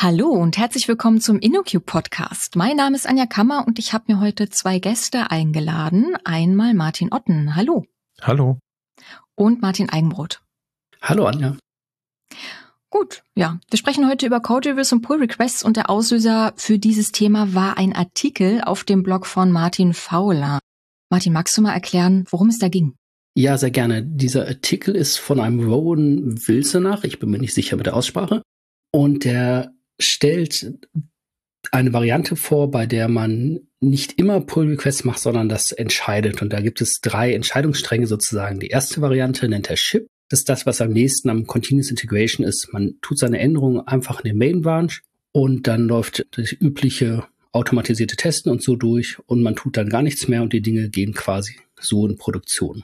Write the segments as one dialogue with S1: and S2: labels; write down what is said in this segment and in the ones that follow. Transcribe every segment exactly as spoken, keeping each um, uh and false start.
S1: Hallo und herzlich willkommen zum InnoQ-Podcast. Mein Name ist Anja Kammer und ich habe mir heute zwei Gäste eingeladen. Einmal Martin Otten. Hallo.
S2: Hallo.
S1: Und Martin Eigenbrot.
S3: Hallo Anja.
S1: Gut, ja. Wir sprechen heute über Code-Reviews und Pull-Requests und der Auslöser für dieses Thema war ein Artikel auf dem Blog von Martin Fauler. Martin, magst du mal erklären, worum es da ging?
S3: Ja, sehr gerne. Dieser Artikel ist von einem Rowan Wilsonach, ich bin mir nicht sicher mit der Aussprache, und der stellt eine Variante vor, bei der man nicht immer Pull-Requests macht, sondern das entscheidet. Und da gibt es drei Entscheidungsstränge sozusagen. Die erste Variante nennt er Ship. Das ist das, was am nächsten am Continuous Integration ist. Man tut seine Änderungen einfach in den Main Branch und dann läuft das übliche automatisierte Testen und so durch und man tut dann gar nichts mehr und die Dinge gehen quasi so in Produktion.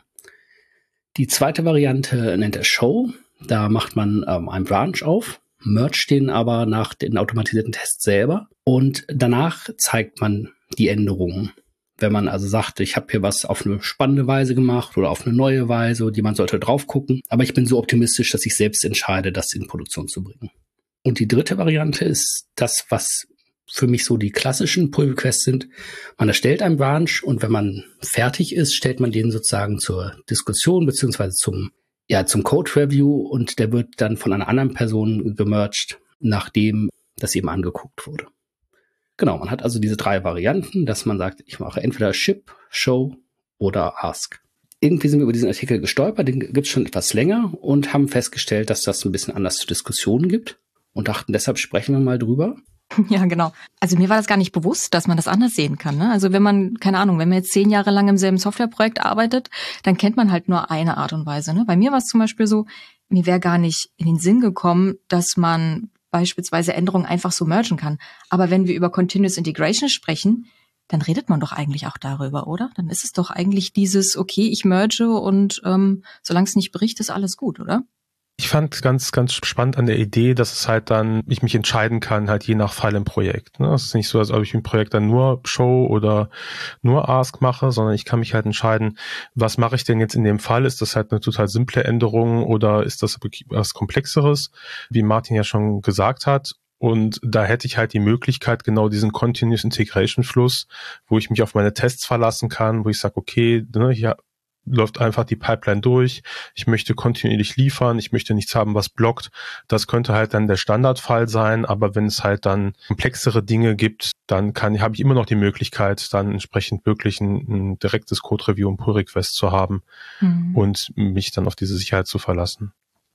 S3: Die zweite Variante nennt er Show. Da macht man ähm, einen Branch auf, mergt den aber nach den automatisierten Tests selber und danach zeigt man die Änderungen. Wenn man also sagt, ich habe hier was auf eine spannende Weise gemacht oder auf eine neue Weise, jemand sollte drauf gucken, aber ich bin so optimistisch, dass ich selbst entscheide, das in Produktion zu bringen. Und die dritte Variante ist das, was für mich so die klassischen Pull-Requests sind. Man erstellt einen Branch und wenn man fertig ist, stellt man den sozusagen zur Diskussion beziehungsweise zum ja zum Code-Review und der wird dann von einer anderen Person gemerged, nachdem das eben angeguckt wurde. Genau, man hat also diese drei Varianten, dass man sagt, ich mache entweder Ship, Show oder Ask. Irgendwie sind wir über diesen Artikel gestolpert, den gibt es schon etwas länger und haben festgestellt, dass das ein bisschen anders zu Diskussionen gibt und dachten, deshalb sprechen wir mal drüber.
S1: Ja, genau. Also mir war das gar nicht bewusst, dass man das anders sehen kann. Ne? Also wenn man, keine Ahnung, wenn man jetzt zehn Jahre lang im selben Softwareprojekt arbeitet, dann kennt man halt nur eine Art und Weise. Ne? Bei mir war es zum Beispiel so, mir wäre gar nicht in den Sinn gekommen, dass man beispielsweise Änderungen einfach so mergen kann. Aber wenn wir über Continuous Integration sprechen, dann redet man doch eigentlich auch darüber, oder? Dann ist es doch eigentlich dieses, okay, ich merge und ähm, solange es nicht bricht, ist alles gut, oder?
S2: Ich fand ganz, ganz spannend an der Idee, dass es halt dann, ich mich entscheiden kann, halt je nach Fall im Projekt. Ne? Es ist nicht so, als ob ich im Projekt dann nur Show oder nur Ask mache, sondern ich kann mich halt entscheiden, was mache ich denn jetzt in dem Fall? Ist das halt eine total simple Änderung oder ist das was Komplexeres, wie Martin ja schon gesagt hat? Und da hätte ich halt die Möglichkeit, genau diesen Continuous Integration Fluss, wo ich mich auf meine Tests verlassen kann, wo ich sage, okay, ne, hier läuft einfach die Pipeline durch, ich möchte kontinuierlich liefern, ich möchte nichts haben, was blockt. Das könnte halt dann der Standardfall sein, aber wenn es halt dann komplexere Dinge gibt, dann kann habe ich immer noch die Möglichkeit, dann entsprechend wirklich ein, ein direktes Code-Review und Pull-Request zu haben mhm. und mich dann auf diese Sicherheit zu verlassen.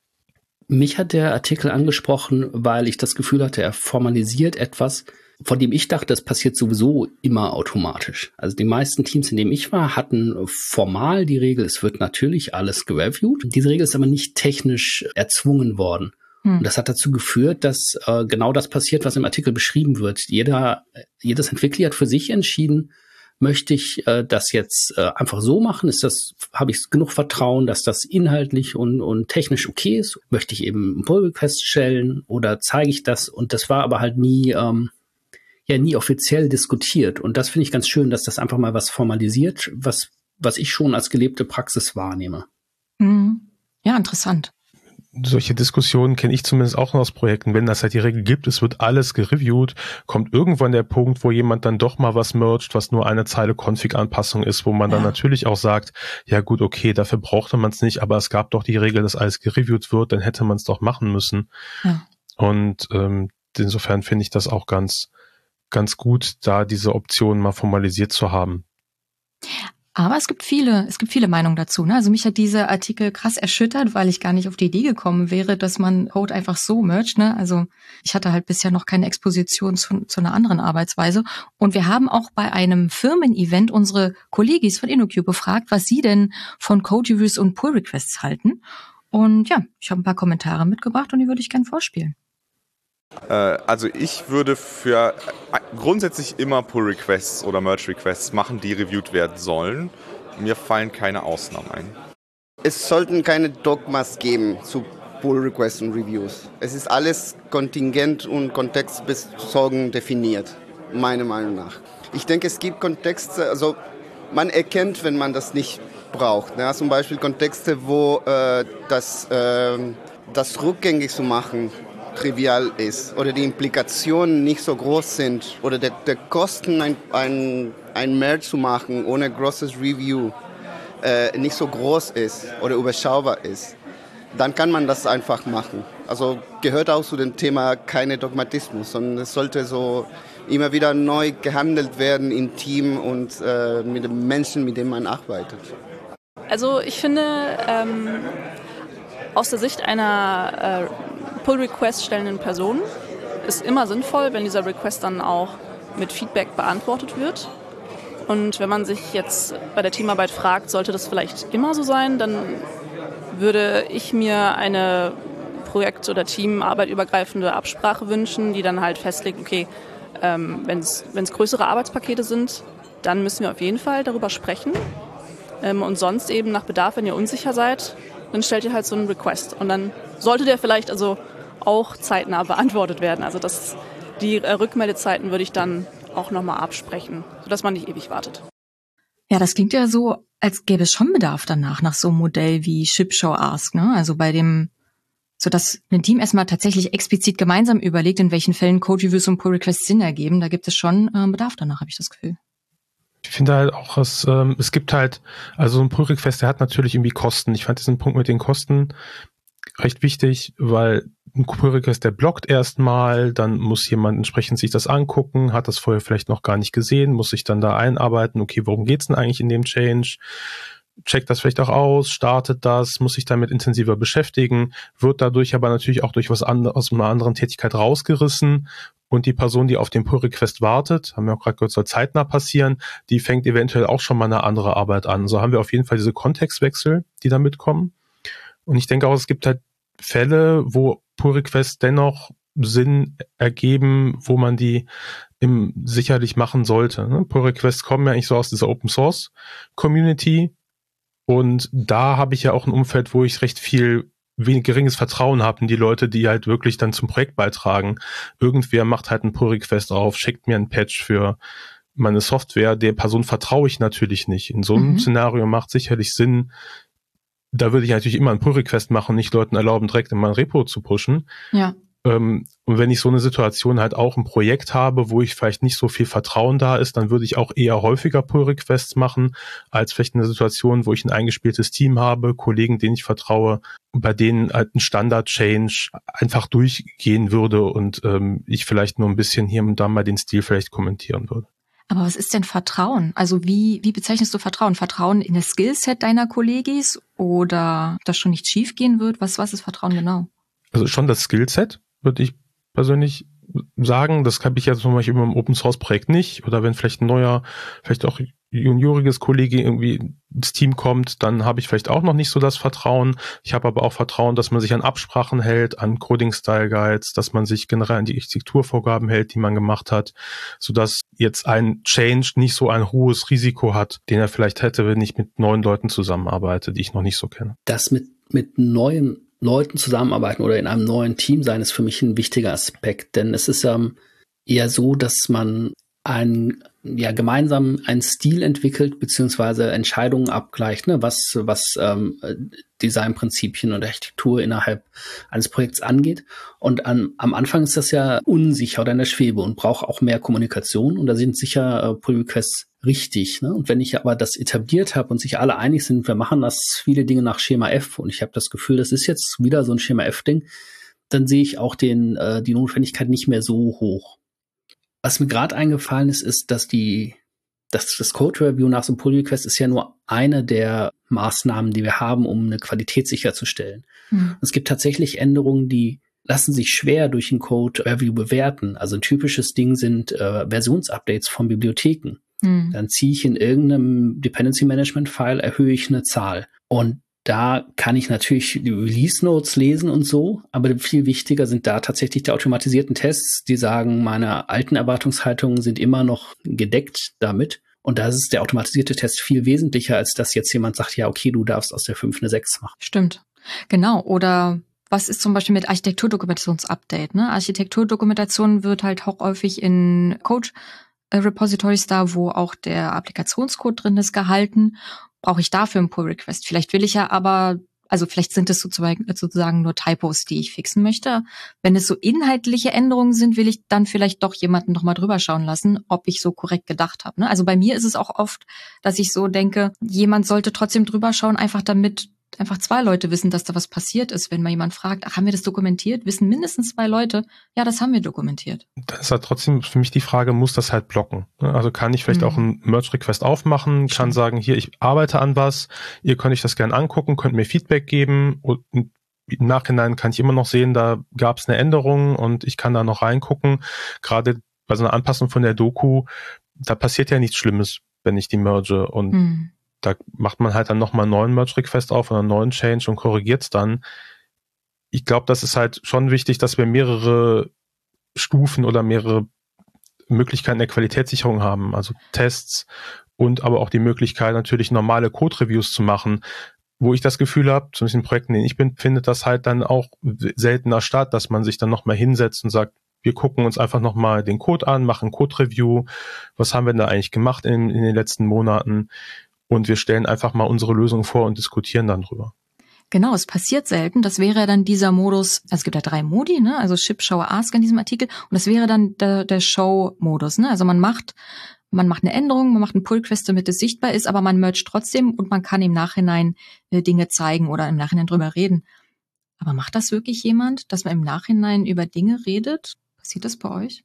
S3: Mich hat der Artikel angesprochen, weil ich das Gefühl hatte, er formalisiert etwas, von dem ich dachte, das passiert sowieso immer automatisch. Also die meisten Teams, in denen ich war, hatten formal die Regel, es wird natürlich alles gereviewt. Diese Regel ist aber nicht technisch erzwungen worden. Hm. Und das hat dazu geführt, dass äh, genau das passiert, was im Artikel beschrieben wird. Jeder, jedes Entwickler hat für sich entschieden, möchte ich äh, das jetzt äh, einfach so machen? Ist das, habe ich genug Vertrauen, dass das inhaltlich und, und technisch okay ist? Möchte ich eben einen Pull-Request stellen oder zeige ich das? Und das war aber halt nie ähm, ja nie offiziell diskutiert. Und das finde ich ganz schön, dass das einfach mal was formalisiert, was, was ich schon als gelebte Praxis wahrnehme.
S1: Ja, interessant.
S2: Solche Diskussionen kenne ich zumindest auch noch aus Projekten. Wenn das halt die Regel gibt, es wird alles gereviewt, kommt irgendwann der Punkt, wo jemand dann doch mal was mergt, was nur eine Zeile Config-Anpassung ist, wo man ja. dann natürlich auch sagt, ja gut, okay, dafür brauchte man es nicht, aber es gab doch die Regel, dass alles gereviewt wird, dann hätte man es doch machen müssen. Ja. Und ähm, insofern finde ich das auch ganz ganz gut, da diese Option mal formalisiert zu haben.
S1: Aber es gibt viele, es gibt viele Meinungen dazu. Ne? Also mich hat dieser Artikel krass erschüttert, weil ich gar nicht auf die Idee gekommen wäre, dass man Code einfach so mergt. Ne? Also ich hatte halt bisher noch keine Exposition zu, zu einer anderen Arbeitsweise. Und wir haben auch bei einem Firmen-Event unsere Kollegis von InnoQ befragt, was sie denn von Code-Reviews und Pull-Requests halten. Und ja, ich habe ein paar Kommentare mitgebracht und die würde ich gerne vorspielen.
S4: Also ich würde für grundsätzlich immer Pull-Requests oder Merge-Requests machen, die reviewed werden sollen. Mir fallen keine Ausnahmen ein.
S5: Es sollten keine Dogmas geben zu Pull-Requests und Reviews. Es ist alles kontingent- und kontextbezogen definiert, meiner Meinung nach. Ich denke, es gibt Kontexte, also man erkennt, wenn man das nicht braucht. Ja, zum Beispiel Kontexte, wo äh, das, äh, das rückgängig zu machen trivial ist oder die Implikationen nicht so groß sind oder der, der Kosten, ein, ein, ein Merge zu machen ohne großes Review äh, nicht so groß ist oder überschaubar ist, dann kann man das einfach machen. Also gehört auch zu dem Thema keine Dogmatismus, sondern es sollte so immer wieder neu gehandelt werden im Team und äh, mit den Menschen, mit denen man arbeitet.
S6: Also ich finde, ähm, aus der Sicht einer äh, Pull-Request stellenden Person ist immer sinnvoll, wenn dieser Request dann auch mit Feedback beantwortet wird. Und wenn man sich jetzt bei der Teamarbeit fragt, sollte das vielleicht immer so sein, dann würde ich mir eine Projekt- oder Teamarbeit-übergreifende Absprache wünschen, die dann halt festlegt, okay, ähm, wenn es größere Arbeitspakete sind, dann müssen wir auf jeden Fall darüber sprechen. Ähm, und sonst eben nach Bedarf, wenn ihr unsicher seid, dann stellt ihr halt so einen Request. Und dann sollte der vielleicht also auch zeitnah beantwortet werden. Also das, die äh, Rückmeldezeiten würde ich dann auch nochmal absprechen, sodass man nicht ewig wartet.
S1: Ja, das klingt ja so, als gäbe es schon Bedarf danach, nach so einem Modell wie Ship Show Ask, ne? Also bei dem, so dass ein Team erstmal tatsächlich explizit gemeinsam überlegt, in welchen Fällen Code-Reviews und Pull-Requests Sinn ergeben. Da gibt es schon äh, Bedarf danach, habe ich das Gefühl.
S2: Ich finde halt auch, es, ähm, es gibt halt, also ein Pull-Request, der hat natürlich irgendwie Kosten. Ich fand diesen Punkt mit den Kosten recht wichtig, weil ein Pull-Request, der blockt erstmal, dann muss jemand entsprechend sich das angucken, hat das vorher vielleicht noch gar nicht gesehen, muss sich dann da einarbeiten, okay, worum geht's denn eigentlich in dem Change? Checkt das vielleicht auch aus, startet das, muss sich damit intensiver beschäftigen, wird dadurch aber natürlich auch durch was anderes, aus einer anderen Tätigkeit rausgerissen. Und die Person, die auf den Pull-Request wartet, haben wir auch gerade gehört, soll zeitnah passieren, die fängt eventuell auch schon mal eine andere Arbeit an. So haben wir auf jeden Fall diese Kontextwechsel, die da mitkommen. Und ich denke auch, es gibt halt Fälle, wo Pull-Requests dennoch Sinn ergeben, wo man die im sicherlich machen sollte. Ne? Pull-Requests kommen ja eigentlich so aus dieser Open-Source-Community. Und da habe ich ja auch ein Umfeld, wo ich recht viel wenig geringes Vertrauen haben, die Leute, die halt wirklich dann zum Projekt beitragen. Irgendwer macht halt einen Pull-Request auf, schickt mir einen Patch für meine Software, der Person vertraue ich natürlich nicht. In so einem mhm. Szenario macht sicherlich Sinn, da würde ich natürlich immer einen Pull-Request machen und nicht Leuten erlauben, direkt in mein Repo zu pushen.
S1: Ja.
S2: Ähm, und wenn ich so eine Situation halt auch ein Projekt habe, wo ich vielleicht nicht so viel Vertrauen da ist, dann würde ich auch eher häufiger Pull-Requests machen, als vielleicht eine Situation, wo ich ein eingespieltes Team habe, Kollegen, denen ich vertraue, bei denen halt ein Standard-Change einfach durchgehen würde und ähm, ich vielleicht nur ein bisschen hier und da mal den Stil vielleicht kommentieren würde.
S1: Aber was ist denn Vertrauen? Also wie, wie bezeichnest du Vertrauen? Vertrauen in das Skillset deiner Kollegis oder dass schon nicht schief gehen wird? Was, was ist Vertrauen genau?
S2: Also schon das Skillset, würde ich persönlich sagen. Das habe ich ja zum Beispiel im Open-Source-Projekt nicht. Oder wenn vielleicht ein neuer, vielleicht auch junioriges Kollege irgendwie ins Team kommt, dann habe ich vielleicht auch noch nicht so das Vertrauen. Ich habe aber auch Vertrauen, dass man sich an Absprachen hält, an Coding-Style-Guides, dass man sich generell an die Architekturvorgaben hält, die man gemacht hat, sodass jetzt ein Change nicht so ein hohes Risiko hat, den er vielleicht hätte, wenn ich mit neuen Leuten zusammenarbeite, die ich noch nicht so kenne.
S3: Das mit, mit neuen Leuten zusammenarbeiten oder in einem neuen Team sein, ist für mich ein wichtiger Aspekt, denn es ist ja eher so, dass man einen, ja, gemeinsam einen Stil entwickelt, beziehungsweise Entscheidungen abgleicht, ne, was, was ähm, Designprinzipien und Architektur innerhalb eines Projekts angeht. Und an, am Anfang ist das ja unsicher oder in der Schwebe und braucht auch mehr Kommunikation. Und da sind sicher äh, Pull-Requests richtig. Ne? Und wenn ich aber das etabliert habe und sich alle einig sind, wir machen das viele Dinge nach Schema F und ich habe das Gefühl, das ist jetzt wieder so ein Schema F-Ding, dann sehe ich auch den, äh, die Notwendigkeit nicht mehr so hoch. Was mir gerade eingefallen ist, ist, dass die, dass das Code-Review nach so einem Pull-Request ist ja nur eine der Maßnahmen, die wir haben, um eine Qualität sicherzustellen. Mhm. Es gibt tatsächlich Änderungen, die lassen sich schwer durch ein Code-Review bewerten. Also ein typisches Ding sind äh, Versionsupdates von Bibliotheken. Mhm. Dann ziehe ich in irgendeinem Dependency-Management-File, erhöhe ich eine Zahl. Und da kann ich natürlich die Release-Notes lesen und so, aber viel wichtiger sind da tatsächlich die automatisierten Tests, die sagen, meine alten Erwartungshaltungen sind immer noch gedeckt damit. Und da ist der automatisierte Test viel wesentlicher, als dass jetzt jemand sagt, ja, okay, du darfst aus der fünf eine sechs machen.
S1: Stimmt. Genau. Oder was ist zum Beispiel mit Architekturdokumentationsupdate? Ne? Architekturdokumentation wird halt auch häufig in Code-Repositories da, wo auch der Applikationscode drin ist, gehalten. Brauche ich dafür einen Pull-Request? Vielleicht will ich ja aber Also vielleicht sind es sozusagen, sozusagen nur Typos, die ich fixen möchte. Wenn es so inhaltliche Änderungen sind, will ich dann vielleicht doch jemanden noch mal drüber schauen lassen, ob ich so korrekt gedacht habe. Ne? Also bei mir ist es auch oft, dass ich so denke, jemand sollte trotzdem drüber schauen, einfach damit einfach zwei Leute wissen, dass da was passiert ist. Wenn mal jemand fragt, ach, haben wir das dokumentiert? Wissen mindestens zwei Leute, ja, das haben wir dokumentiert.
S2: Das ist halt trotzdem für mich die Frage, muss das halt blocken? Also kann ich vielleicht mhm. auch einen Merge-Request aufmachen, kann sagen, hier, ich arbeite an was, ihr könnt euch das gerne angucken, könnt mir Feedback geben und im Nachhinein kann ich immer noch sehen, da gab es eine Änderung und ich kann da noch reingucken. Gerade bei so einer Anpassung von der Doku, da passiert ja nichts Schlimmes, wenn ich die merge und mhm. da macht man halt dann nochmal einen neuen Merge-Request auf oder einen neuen Change und korrigiert es dann. Ich glaube, das ist halt schon wichtig, dass wir mehrere Stufen oder mehrere Möglichkeiten der Qualitätssicherung haben, also Tests und aber auch die Möglichkeit, natürlich normale Code-Reviews zu machen, wo ich das Gefühl habe, zumindest in Projekten, in denen ich bin, findet das halt dann auch seltener statt, dass man sich dann nochmal hinsetzt und sagt, wir gucken uns einfach nochmal den Code an, machen Code-Review, was haben wir denn da eigentlich gemacht in, in den letzten Monaten? Und wir stellen einfach mal unsere Lösung vor und diskutieren dann drüber.
S1: Genau, es passiert selten. Das wäre dann dieser Modus, also es gibt ja drei Modi, ne? Also Ship, Show, Ask in diesem Artikel. Und das wäre dann der, der Show-Modus, ne? Also man macht, man macht eine Änderung, man macht einen Pull-Request, damit es sichtbar ist, aber man mergt trotzdem und man kann im Nachhinein äh, Dinge zeigen oder im Nachhinein drüber reden. Aber macht das wirklich jemand, dass man im Nachhinein über Dinge redet? Passiert das bei euch?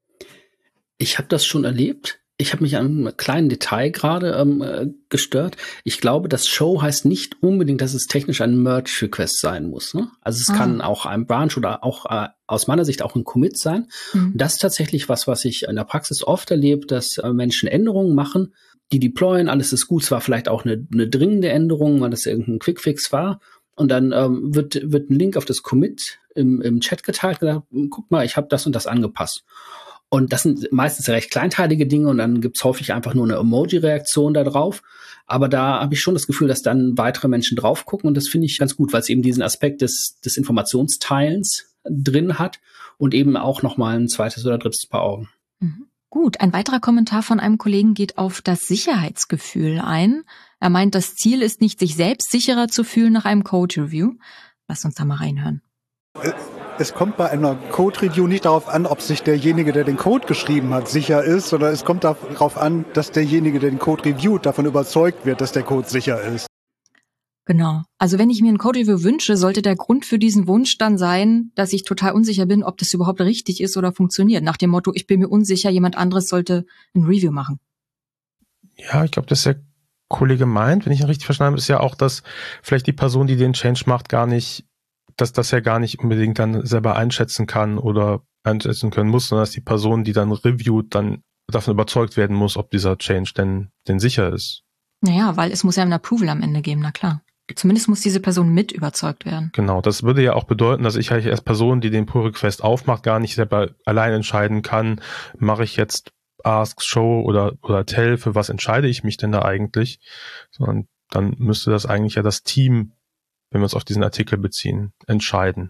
S3: Ich habe das schon erlebt. Ich habe mich an einem kleinen Detail gerade ähm, äh, gestört. Ich glaube, das Show heißt nicht unbedingt, dass es technisch ein Merge-Request sein muss. Ne? Also es ah. kann auch ein Branch oder auch äh, aus meiner Sicht auch ein Commit sein. Mhm. Und das ist tatsächlich was, was ich in der Praxis oft erlebe, dass äh, Menschen Änderungen machen, die deployen, alles ist gut, es war vielleicht auch eine, eine dringende Änderung, weil das irgendein Quickfix war. Und dann ähm, wird, wird ein Link auf das Commit im, im Chat geteilt, gesagt, guck mal, ich habe das und das angepasst. Und das sind meistens recht kleinteilige Dinge und dann gibt's häufig einfach nur eine Emoji-Reaktion da drauf. Aber da habe ich schon das Gefühl, dass dann weitere Menschen drauf gucken und das finde ich ganz gut, weil es eben diesen Aspekt des, des Informationsteilens drin hat und eben auch nochmal ein zweites oder drittes Paar Augen.
S1: Mhm. Gut, ein weiterer Kommentar von einem Kollegen geht auf das Sicherheitsgefühl ein. Er meint, das Ziel ist nicht, sich selbst sicherer zu fühlen nach einem Code-Review. Lass uns da mal reinhören.
S7: Es kommt bei einer Code-Review nicht darauf an, ob sich derjenige, der den Code geschrieben hat, sicher ist, sondern es kommt darauf an, dass derjenige, der den Code reviewt, davon überzeugt wird, dass der Code sicher ist.
S1: Genau. Also wenn ich mir ein Code-Review wünsche, sollte der Grund für diesen Wunsch dann sein, dass ich total unsicher bin, ob das überhaupt richtig ist oder funktioniert. Nach dem Motto, ich bin mir unsicher, jemand anderes sollte ein Review machen.
S2: Ja, ich glaube, das ist der Kollege meint, wenn ich ihn richtig verstanden habe, ist ja auch, dass vielleicht die Person, die den Change macht, gar nicht dass das ja gar nicht unbedingt dann selber einschätzen kann oder einschätzen können muss, sondern dass die Person, die dann reviewt, dann davon überzeugt werden muss, ob dieser Change denn, denn sicher ist.
S1: Naja, weil es muss ja ein Approval am Ende geben, na klar. Zumindest muss diese Person mit überzeugt werden.
S2: Genau, das würde ja auch bedeuten, dass ich als Person, die den Pull-Request aufmacht, gar nicht selber allein entscheiden kann, mache ich jetzt Ask, Show oder, oder Tell, für was entscheide ich mich denn da eigentlich, sondern dann müsste das eigentlich ja das Team, wenn wir uns auf diesen Artikel beziehen, entscheiden.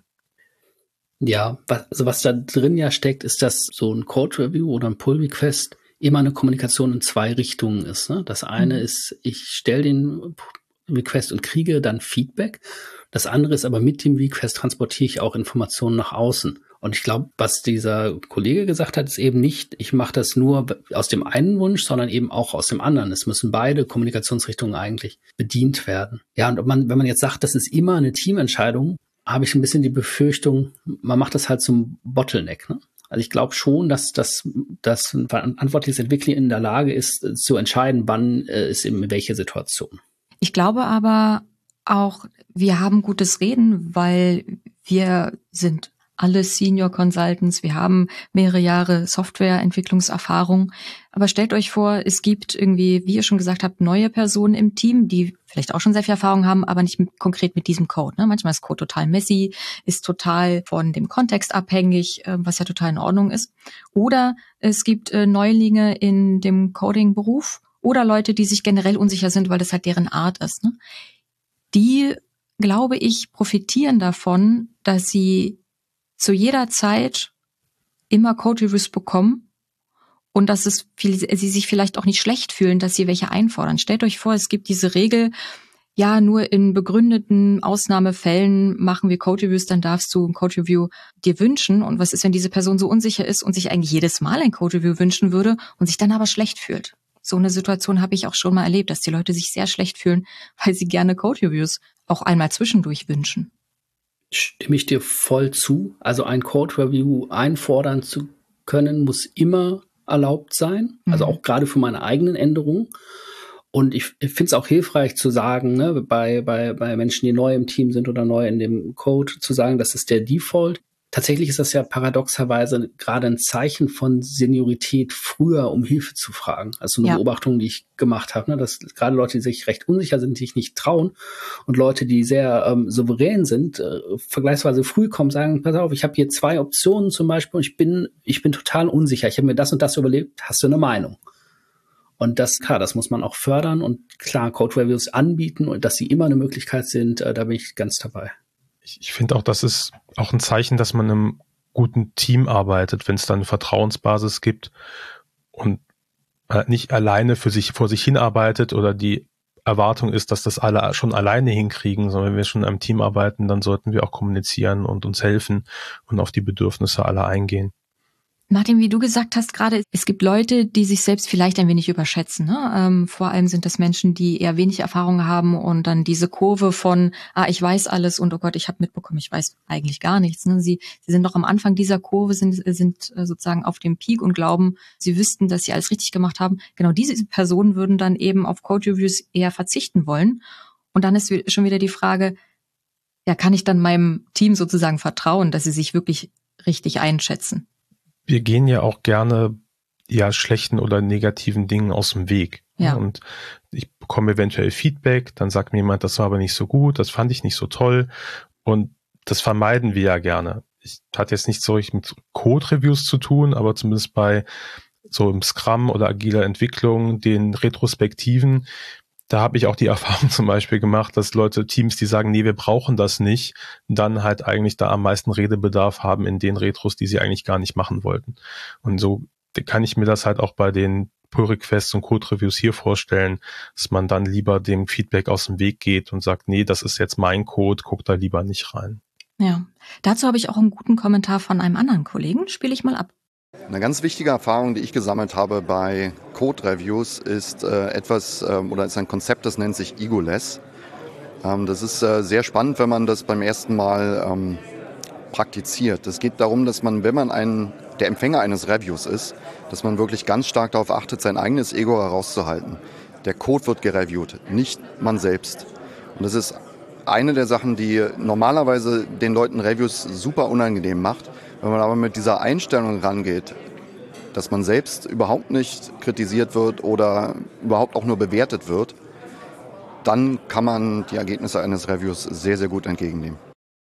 S3: Ja, was, also was da drin ja steckt, ist, dass so ein Code-Review oder ein Pull-Request immer eine Kommunikation in zwei Richtungen ist. Ne? Das eine mhm. ist, ich stelle den Request und kriege dann Feedback. Das andere ist aber, mit dem Request transportiere ich auch Informationen nach außen. Und ich glaube, was dieser Kollege gesagt hat, ist eben nicht, ich mache das nur aus dem einen Wunsch, sondern eben auch aus dem anderen. Es müssen beide Kommunikationsrichtungen eigentlich bedient werden. Ja, und ob man, wenn man jetzt sagt, das ist immer eine Teamentscheidung, habe ich ein bisschen die Befürchtung, man macht das halt zum Bottleneck. Ne? Also ich glaube schon, dass das dass ein verantwortliches Entwickler in der Lage ist, zu entscheiden, wann äh, ist in welche Situation.
S1: Ich glaube aber auch, wir haben gutes Reden, weil wir sind alle Senior Consultants, wir haben mehrere Jahre Softwareentwicklungserfahrung. Aber stellt euch vor, es gibt irgendwie, wie ihr schon gesagt habt, neue Personen im Team, die vielleicht auch schon sehr viel Erfahrung haben, aber nicht mit, konkret mit diesem Code. Ne? Manchmal ist Code total messy, ist total von dem Kontext abhängig, was ja total in Ordnung ist. Oder es gibt äh, Neulinge in dem Coding-Beruf oder Leute, die sich generell unsicher sind, weil das halt deren Art ist. Ne? Die, glaube ich, profitieren davon, dass sie zu jeder Zeit immer Code-Reviews bekommen und dass es viel, sie sich vielleicht auch nicht schlecht fühlen, dass sie welche einfordern. Stellt euch vor, es gibt diese Regel, ja, nur in begründeten Ausnahmefällen machen wir Code-Reviews, dann darfst du ein Code-Review dir wünschen. Und was ist, wenn diese Person so unsicher ist und sich eigentlich jedes Mal ein Code-Review wünschen würde und sich dann aber schlecht fühlt? So eine Situation habe ich auch schon mal erlebt, dass die Leute sich sehr schlecht fühlen, weil sie gerne Code-Reviews auch einmal zwischendurch wünschen.
S3: Stimme ich dir voll zu. Also ein Code-Review einfordern zu können, muss immer erlaubt sein. Also auch gerade für meine eigenen Änderungen. Und ich, ich finde es auch hilfreich zu sagen, ne, bei, bei, bei Menschen, die neu im Team sind oder neu in dem Code, zu sagen, das ist der Default. Tatsächlich ist das ja paradoxerweise gerade ein Zeichen von Seniorität, früher um Hilfe zu fragen. Also eine ja. Beobachtung, die ich gemacht habe, ne, dass gerade Leute, die sich recht unsicher sind, sich nicht trauen und Leute, die sehr ähm, souverän sind, äh, vergleichsweise früh kommen, sagen, pass auf, ich habe hier zwei Optionen zum Beispiel und ich bin, ich bin total unsicher. Ich habe mir das und das überlegt. Hast du eine Meinung? Und das, klar, das muss man auch fördern und klar Code-Reviews anbieten und dass sie immer eine Möglichkeit sind, äh, da bin ich ganz dabei.
S2: Ich, ich finde auch, das ist auch ein Zeichen, dass man in einem guten Team arbeitet, wenn es dann eine Vertrauensbasis gibt und äh, nicht alleine für sich vor sich hinarbeitet oder die Erwartung ist, dass das alle schon alleine hinkriegen, sondern wenn wir schon in einem Team arbeiten, dann sollten wir auch kommunizieren und uns helfen und auf die Bedürfnisse aller eingehen.
S1: Martin, wie du gesagt hast gerade, es gibt Leute, die sich selbst vielleicht ein wenig überschätzen. Ne? Ähm, vor allem sind das Menschen, die eher wenig Erfahrung haben und dann diese Kurve von, ah, ich weiß alles und oh Gott, ich habe mitbekommen, ich weiß eigentlich gar nichts. Ne? Sie, sie sind noch am Anfang dieser Kurve, sind, sind sozusagen auf dem Peak und glauben, sie wüssten, dass sie alles richtig gemacht haben. Genau diese Personen würden dann eben auf Code-Reviews eher verzichten wollen. Und dann ist schon wieder die Frage, ja, kann ich dann meinem Team sozusagen vertrauen, dass sie sich wirklich richtig einschätzen?
S2: Wir gehen ja auch gerne ja schlechten oder negativen Dingen aus dem Weg.
S1: Ja.
S2: Und ich bekomme eventuell Feedback, dann sagt mir jemand, das war aber nicht so gut, das fand ich nicht so toll. Und das vermeiden wir ja gerne. Ich hatte jetzt nicht so mit Code-Reviews zu tun, aber zumindest bei so im Scrum oder agiler Entwicklung, den Retrospektiven, da habe ich auch die Erfahrung zum Beispiel gemacht, dass Leute, Teams, die sagen, nee, wir brauchen das nicht, dann halt eigentlich da am meisten Redebedarf haben in den Retros, die sie eigentlich gar nicht machen wollten. Und so kann ich mir das halt auch bei den Pull-Requests und Code-Reviews hier vorstellen, dass man dann lieber dem Feedback aus dem Weg geht und sagt, nee, das ist jetzt mein Code, guck da lieber nicht rein.
S1: Ja, dazu habe ich auch einen guten Kommentar von einem anderen Kollegen, spiele ich mal ab.
S8: Eine ganz wichtige Erfahrung, die ich gesammelt habe bei Code-Reviews, ist äh, etwas ähm, oder ist ein Konzept, das nennt sich Egoless. Ähm, das ist äh, sehr spannend, wenn man das beim ersten Mal ähm, praktiziert. Es geht darum, dass man, wenn man ein, der Empfänger eines Reviews ist, dass man wirklich ganz stark darauf achtet, sein eigenes Ego herauszuhalten. Der Code wird gereviewt, nicht man selbst. Und das ist eine der Sachen, die normalerweise den Leuten Reviews super unangenehm macht. Wenn man aber mit dieser Einstellung rangeht, dass man selbst überhaupt nicht kritisiert wird oder überhaupt auch nur bewertet wird, dann kann man die Ergebnisse eines Reviews sehr, sehr gut entgegennehmen.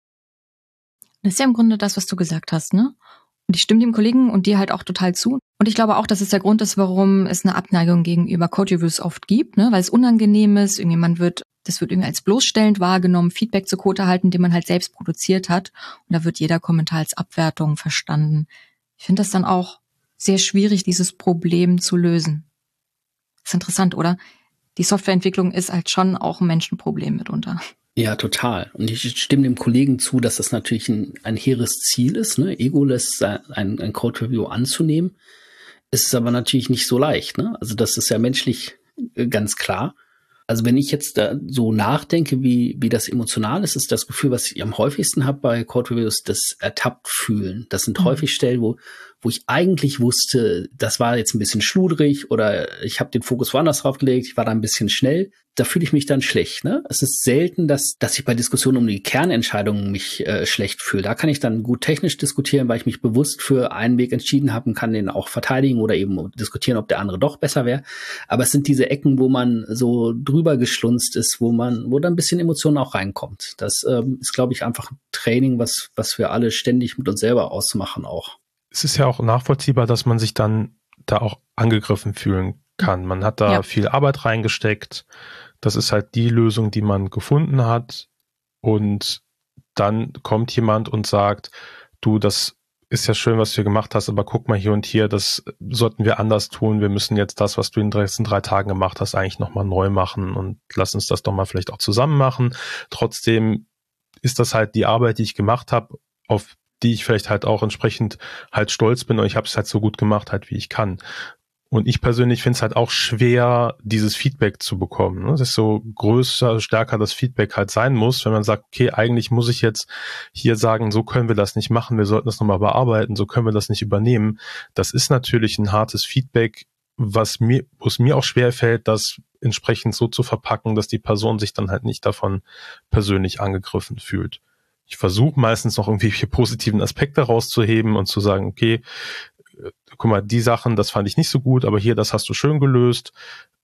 S1: Das ist ja im Grunde das, was du gesagt hast, ne? Und ich stimme dem Kollegen und dir halt auch total zu. Und ich glaube auch, dass es der Grund ist, warum es eine Abneigung gegenüber Code-Reviews oft gibt, ne? Weil es unangenehm ist, irgendjemand wird, das wird irgendwie als bloßstellend wahrgenommen, Feedback zu Code erhalten, den man halt selbst produziert hat. Und da wird jeder Kommentar als Abwertung verstanden. Ich finde das dann auch sehr schwierig, dieses Problem zu lösen. Ist interessant, oder? Die Softwareentwicklung ist halt schon auch ein Menschenproblem mitunter.
S3: Ja, total. Und ich stimme dem Kollegen zu, dass das natürlich ein, ein hehres Ziel ist, ne? Egoless ein, ein Code-Review anzunehmen. Es ist aber natürlich nicht so leicht, ne? Also das ist ja menschlich ganz klar. Also wenn ich jetzt da so nachdenke, wie wie das emotional ist, ist das Gefühl, was ich am häufigsten habe bei Code-Reviews, das ertappt fühlen. Das sind mhm. häufig Stellen, wo wo ich eigentlich wusste, das war jetzt ein bisschen schludrig oder ich habe den Fokus woanders drauf gelegt, ich war da ein bisschen schnell. Da fühle ich mich dann schlecht. Ne? Es ist selten, dass dass ich bei Diskussionen um die Kernentscheidungen mich äh, schlecht fühle. Da kann ich dann gut technisch diskutieren, weil ich mich bewusst für einen Weg entschieden habe und kann den auch verteidigen oder eben diskutieren, ob der andere doch besser wäre. Aber es sind diese Ecken, wo man so drüber geschlunzt ist, wo man, wo da ein bisschen Emotionen auch reinkommt. Das ähm, ist, glaube ich, einfach ein Training, was was wir alle ständig mit uns selber ausmachen auch.
S2: Es ist ja auch nachvollziehbar, dass man sich dann da auch angegriffen fühlen kann. Man hat da ja. viel Arbeit reingesteckt. Das ist halt die Lösung, die man gefunden hat. Und dann kommt jemand und sagt, du, das ist ja schön, was du gemacht hast, aber guck mal hier und hier, das sollten wir anders tun. Wir müssen jetzt das, was du in den letzten drei Tagen gemacht hast, eigentlich nochmal neu machen und lass uns das doch mal vielleicht auch zusammen machen. Trotzdem ist das halt die Arbeit, die ich gemacht habe, auf die ich vielleicht halt auch entsprechend halt stolz bin und ich habe es halt so gut gemacht, halt wie ich kann. Und ich persönlich finde es halt auch schwer, dieses Feedback zu bekommen. Es ist so größer, stärker das Feedback halt sein muss, wenn man sagt, okay, eigentlich muss ich jetzt hier sagen, so können wir das nicht machen, wir sollten das nochmal bearbeiten, so können wir das nicht übernehmen. Das ist natürlich ein hartes Feedback, was mir, wo es mir auch schwer fällt, das entsprechend so zu verpacken, dass die Person sich dann halt nicht davon persönlich angegriffen fühlt. Ich versuche meistens noch irgendwelche positiven Aspekte rauszuheben und zu sagen, okay, guck mal, die Sachen, das fand ich nicht so gut, aber hier, das hast du schön gelöst,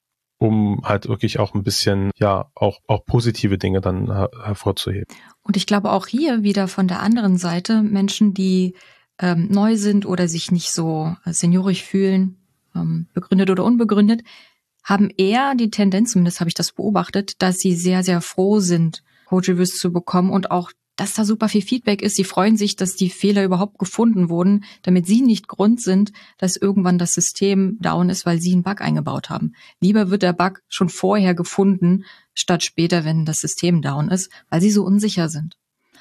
S2: um halt wirklich auch ein bisschen, ja, auch, auch positive Dinge dann her- hervorzuheben.
S1: Und ich glaube auch hier wieder von der anderen Seite Menschen, die ähm, neu sind oder sich nicht so seniorisch fühlen, ähm, begründet oder unbegründet, haben eher die Tendenz, zumindest habe ich das beobachtet, dass sie sehr, sehr froh sind, Code-Reviews zu bekommen und auch, dass da super viel Feedback ist. Sie freuen sich, dass die Fehler überhaupt gefunden wurden, damit sie nicht Grund sind, dass irgendwann das System down ist, weil sie einen Bug eingebaut haben. Lieber wird der Bug schon vorher gefunden, statt später, wenn das System down ist, weil sie so unsicher sind.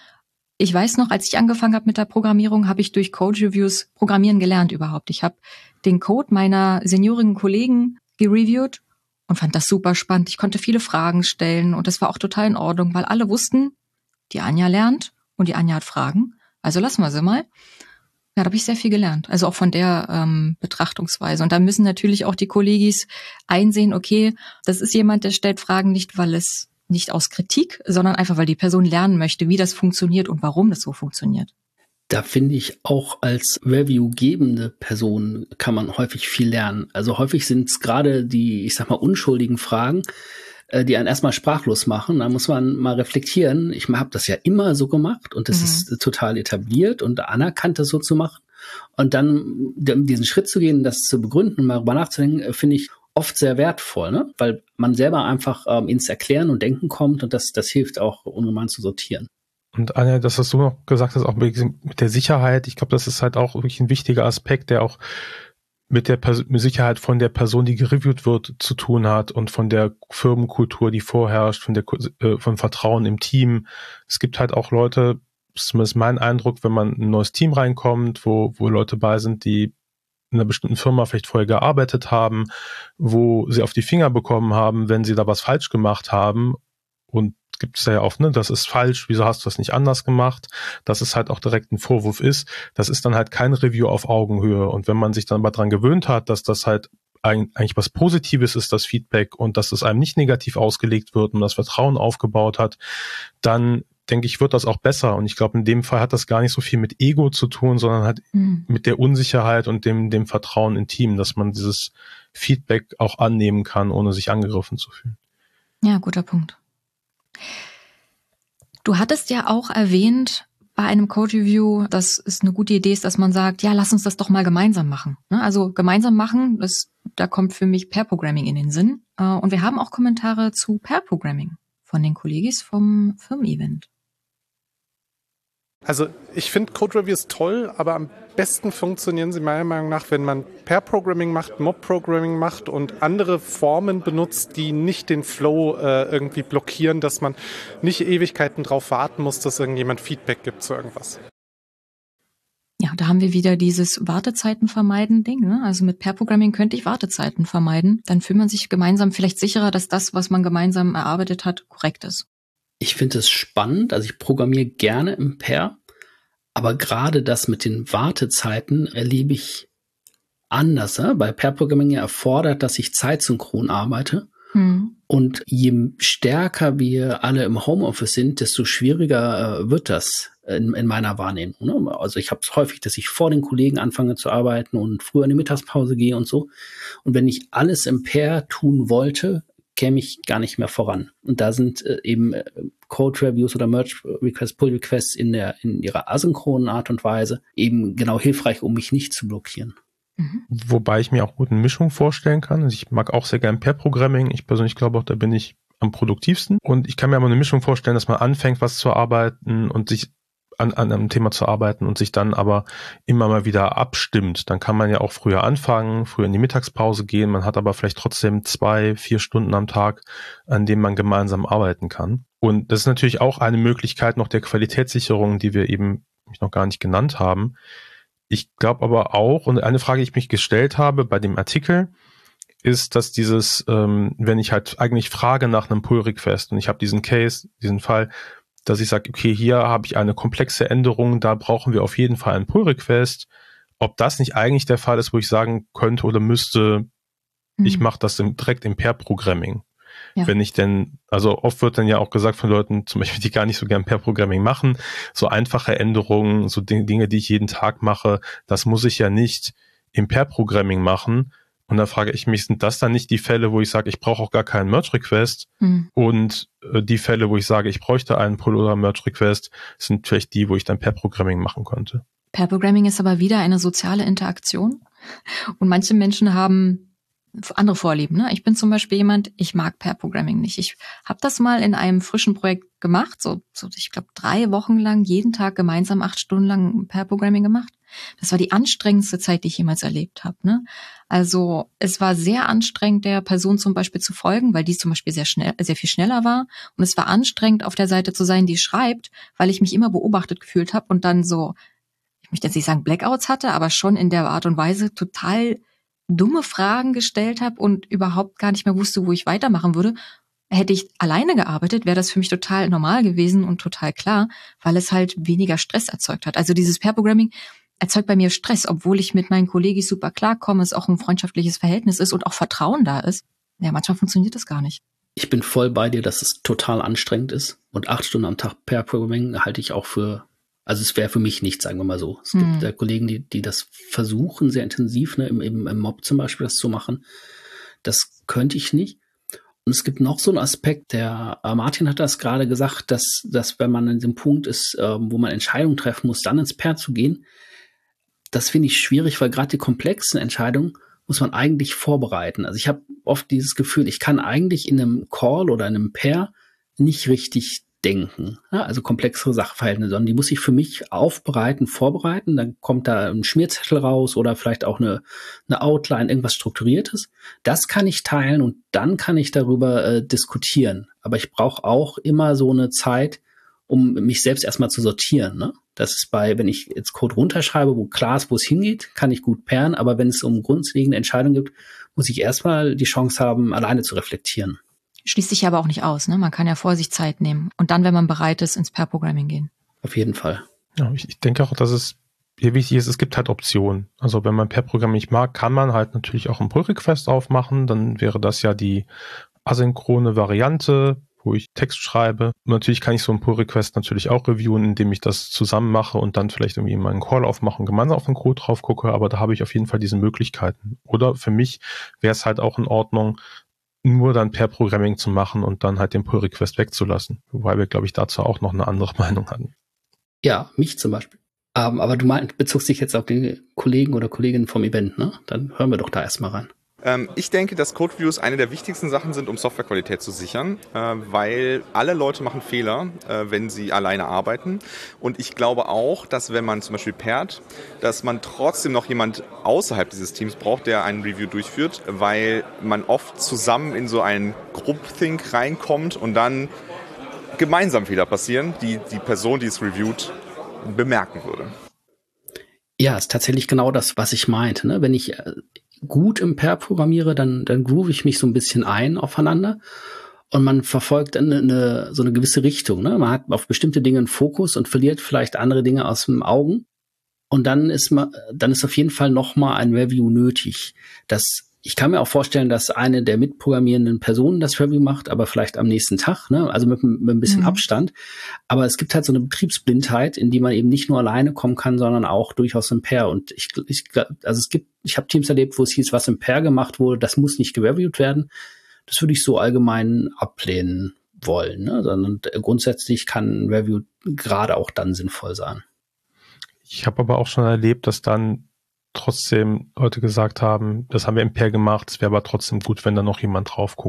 S1: Ich weiß noch, als ich angefangen habe mit der Programmierung, habe ich durch Code-Reviews Programmieren gelernt überhaupt. Ich habe den Code meiner seniorigen Kollegen gereviewt und fand das super spannend. Ich konnte viele Fragen stellen und das war auch total in Ordnung, weil alle wussten, die Anja lernt und die Anja hat Fragen. Also lassen wir sie mal. Ja, da habe ich sehr viel gelernt. Also auch von der ähm, Betrachtungsweise. Und da müssen natürlich auch die Kollegis einsehen, okay, das ist jemand, der stellt Fragen nicht, weil es nicht aus Kritik, sondern einfach, weil die Person lernen möchte, wie das funktioniert und warum das so funktioniert.
S3: Da finde ich auch als Review-gebende Person kann man häufig viel lernen. Also häufig sind es gerade die, ich sag mal, unschuldigen Fragen, die einen erstmal sprachlos machen. Da muss man mal reflektieren. Ich habe das ja immer so gemacht und das mhm. ist total etabliert und anerkannt, das so zu machen. Und dann diesen Schritt zu gehen, das zu begründen, mal darüber nachzudenken, finde ich oft sehr wertvoll, ne? Weil man selber einfach ähm, ins Erklären und Denken kommt und das, das hilft auch ungemein zu sortieren.
S2: Und Anja, das, was du noch gesagt hast, auch mit der Sicherheit, ich glaube, das ist halt auch wirklich ein wichtiger Aspekt, der auch mit der Pers- mit Sicherheit von der Person, die gereviewt wird, zu tun hat und von der Firmenkultur, die vorherrscht, von der äh, von Vertrauen im Team. Es gibt halt auch Leute, das ist zumindest mein Eindruck, wenn man in ein neues Team reinkommt, wo wo Leute bei sind, die in einer bestimmten Firma vielleicht vorher gearbeitet haben, wo sie auf die Finger bekommen haben, wenn sie da was falsch gemacht haben. Und gibt es ja oft, ne, das ist falsch, wieso hast du das nicht anders gemacht? Dass es halt auch direkt ein Vorwurf ist. Das ist dann halt kein Review auf Augenhöhe. Und wenn man sich dann mal dran gewöhnt hat, dass das halt eigentlich was Positives ist, das Feedback, und dass es einem nicht negativ ausgelegt wird und das Vertrauen aufgebaut hat, dann denke ich, wird das auch besser. Und ich glaube, in dem Fall hat das gar nicht so viel mit Ego zu tun, sondern halt mhm. mit der Unsicherheit und dem, dem Vertrauen im Team, dass man dieses Feedback auch annehmen kann, ohne sich angegriffen zu fühlen.
S1: Ja, guter Punkt. Du hattest ja auch erwähnt bei einem Code-Review, dass es eine gute Idee ist, dass man sagt, ja, lass uns das doch mal gemeinsam machen. Also gemeinsam machen, das, da kommt für mich Pair-Programming in den Sinn. Und wir haben auch Kommentare zu Pair-Programming von den Kollegis vom Firmen-Event.
S9: Also ich finde Code-Reviews toll, aber am besten funktionieren sie meiner Meinung nach, wenn man Pair-Programming macht, Mob-Programming macht und andere Formen benutzt, die nicht den Flow äh, irgendwie blockieren, dass man nicht Ewigkeiten drauf warten muss, dass irgendjemand Feedback gibt zu irgendwas.
S1: Ja, da haben wir wieder dieses Wartezeiten vermeiden Ding, ne? Also mit Pair-Programming könnte ich Wartezeiten vermeiden. Dann fühlt man sich gemeinsam vielleicht sicherer, dass das, was man gemeinsam erarbeitet hat, korrekt ist.
S3: Ich finde es spannend, also ich programmiere gerne im Pair, aber gerade das mit den Wartezeiten erlebe ich anders. Ja? Bei Pair-Programming ja erfordert, dass ich zeitsynchron arbeite. Hm. Und je stärker wir alle im Homeoffice sind, desto schwieriger äh, wird das in, in meiner Wahrnehmung. Ne? Also ich habe es häufig, dass ich vor den Kollegen anfange zu arbeiten und früher in die Mittagspause gehe und so. Und wenn ich alles im Pair tun wollte, käme ich gar nicht mehr voran. Und da sind äh, eben äh, Code-Reviews oder Merge-Requests, Pull-Requests in der in ihrer asynchronen Art und Weise eben genau hilfreich, um mich nicht zu blockieren.
S2: Mhm. Wobei ich mir auch gut eine Mischung vorstellen kann. Also ich mag auch sehr gern Pair-Programming. Ich persönlich glaube auch, da bin ich am produktivsten. Und ich kann mir aber eine Mischung vorstellen, dass man anfängt, was zu arbeiten und sich an, an einem Thema zu arbeiten und sich dann aber immer mal wieder abstimmt. Dann kann man ja auch früher anfangen, früher in die Mittagspause gehen. Man hat aber vielleicht trotzdem zwei, vier Stunden am Tag, an denen man gemeinsam arbeiten kann. Und das ist natürlich auch eine Möglichkeit noch der Qualitätssicherung, die wir eben noch gar nicht genannt haben. Ich glaube aber auch, und eine Frage, die ich mich gestellt habe bei dem Artikel, ist, dass dieses, ähm, wenn ich halt eigentlich frage nach einem Pull-Request und ich habe diesen Case, diesen Fall, dass ich sage, okay, hier habe ich eine komplexe Änderung, da brauchen wir auf jeden Fall einen Pull-Request. Ob das nicht eigentlich der Fall ist, wo ich sagen könnte oder müsste, mhm. ich mache das im, direkt im Pair-Programming. Ja. Wenn ich denn, also oft wird dann ja auch gesagt von Leuten, zum Beispiel, die gar nicht so gern Pair-Programming machen, so einfache Änderungen, so Dinge, die ich jeden Tag mache, das muss ich ja nicht im Pair-Programming machen. Und da frage ich mich, sind das dann nicht die Fälle, wo ich sage, ich brauche auch gar keinen Merge-Request? Mhm. Und äh, die Fälle, wo ich sage, ich bräuchte einen Pull- oder Merge-Request, sind vielleicht die, wo ich dann Pair-Programming machen könnte.
S1: Pair-Programming ist aber wieder eine soziale Interaktion. Und manche Menschen haben andere Vorlieben. Ne? Ich bin zum Beispiel jemand, ich mag Pair-Programming nicht. Ich habe das mal in einem frischen Projekt gemacht, so, so ich glaube drei Wochen lang, jeden Tag gemeinsam acht Stunden lang Pair-Programming gemacht. Das war die anstrengendste Zeit, die ich jemals erlebt habe. Ne? Also es war sehr anstrengend, der Person zum Beispiel zu folgen, weil die zum Beispiel sehr schnell, sehr viel schneller war. Und es war anstrengend, auf der Seite zu sein, die schreibt, weil ich mich immer beobachtet gefühlt habe und dann so, ich möchte jetzt nicht sagen Blackouts hatte, aber schon in der Art und Weise total dumme Fragen gestellt habe und überhaupt gar nicht mehr wusste, wo ich weitermachen würde. Hätte ich alleine gearbeitet, wäre das für mich total normal gewesen und total klar, weil es halt weniger Stress erzeugt hat. Also dieses Pair-Programming erzeugt bei mir Stress, obwohl ich mit meinen Kollegen super klarkomme, es auch ein freundschaftliches Verhältnis ist und auch Vertrauen da ist. Ja, manchmal funktioniert das gar nicht.
S3: Ich bin voll bei dir, dass es total anstrengend ist. Und acht Stunden am Tag Pair-Programming halte ich auch für, also es wäre für mich nichts, sagen wir mal so. Es hm. gibt da Kollegen, die, die das versuchen, sehr intensiv, ne, im, im, im Mob zum Beispiel das zu machen. Das könnte ich nicht. Und es gibt noch so einen Aspekt, der äh, Martin hat das gerade gesagt, dass, dass wenn man an dem Punkt ist, äh, wo man Entscheidungen treffen muss, dann ins Pair zu gehen. Das finde ich schwierig, weil gerade die komplexen Entscheidungen muss man eigentlich vorbereiten. Also ich habe oft dieses Gefühl, ich kann eigentlich in einem Call oder in einem Pair nicht richtig denken. Ja, also komplexere Sachverhalte, sondern die muss ich für mich aufbereiten, vorbereiten. Dann kommt da ein Schmierzettel raus oder vielleicht auch eine, eine Outline, irgendwas Strukturiertes. Das kann ich teilen und dann kann ich darüber äh, diskutieren. Aber ich brauche auch immer so eine Zeit, um mich selbst erstmal zu sortieren. Ne? Das ist bei, wenn ich jetzt Code runterschreibe, wo klar ist, wo es hingeht, kann ich gut pairen. Aber wenn es um grundlegende Entscheidungen gibt, muss ich erstmal die Chance haben, alleine zu reflektieren.
S1: Schließt sich aber auch nicht aus, ne? Man kann ja vor sich Zeit nehmen und dann, wenn man bereit ist, ins Pair-Programming gehen.
S3: Auf jeden Fall.
S2: Ja, ich, ich denke auch, dass es hier wichtig ist, es gibt halt Optionen. Also wenn man Pair-Programming nicht mag, kann man halt natürlich auch einen Pull-Request aufmachen. Dann wäre das ja die asynchrone Variante, wo ich Text schreibe. Und natürlich kann ich so einen Pull-Request natürlich auch reviewen, indem ich das zusammen mache und dann vielleicht irgendwie mal einen Call aufmache und gemeinsam auf den Code drauf gucke. Aber da habe ich auf jeden Fall diese Möglichkeiten. Oder für mich wäre es halt auch in Ordnung, nur dann Pair-Programming zu machen und dann halt den Pull-Request wegzulassen. Wobei wir, glaube ich, dazu auch noch eine andere Meinung hatten.
S3: Ja, mich zum Beispiel. Um, aber du meinst, bezogst dich jetzt auf den Kollegen oder Kolleginnen vom Event, ne? Dann hören wir doch da erstmal rein.
S4: Ähm, ich denke, dass Code-Reviews eine der wichtigsten Sachen sind, um Softwarequalität zu sichern, äh, weil alle Leute machen Fehler, äh, wenn sie alleine arbeiten. Und ich glaube auch, dass wenn man zum Beispiel pairt, dass man trotzdem noch jemand außerhalb dieses Teams braucht, der ein Review durchführt, weil man oft zusammen in so einen Groupthink reinkommt und dann gemeinsam Fehler passieren, die die Person, die es reviewt, bemerken würde.
S3: Ja, ist tatsächlich genau das, was ich meinte. Ne? Wenn ich äh, gut im Pair programmiere, dann, dann groove ich mich so ein bisschen ein aufeinander und man verfolgt eine, eine, so eine gewisse Richtung. Ne? Man hat auf bestimmte Dinge einen Fokus und verliert vielleicht andere Dinge aus den Augen. Und dann ist man, dann ist auf jeden Fall nochmal ein Review nötig. Das Ich kann mir auch vorstellen, dass eine der mitprogrammierenden Personen das Review macht, aber vielleicht am nächsten Tag, ne? Also mit, mit ein bisschen mhm. Abstand. Aber es gibt halt so eine Betriebsblindheit, in die man eben nicht nur alleine kommen kann, sondern auch durchaus im Pair. Und ich, ich also es gibt, ich habe Teams erlebt, wo es hieß, was im Pair gemacht wurde, das muss nicht gereviewt werden. Das würde ich so allgemein ablehnen wollen, ne? Sondern grundsätzlich kann ein Review gerade auch dann sinnvoll sein.
S2: Ich habe aber auch schon erlebt, dass dann trotzdem Leute gesagt haben, das haben wir im Pair gemacht, es wäre aber trotzdem gut, wenn da noch jemand drauf guckt.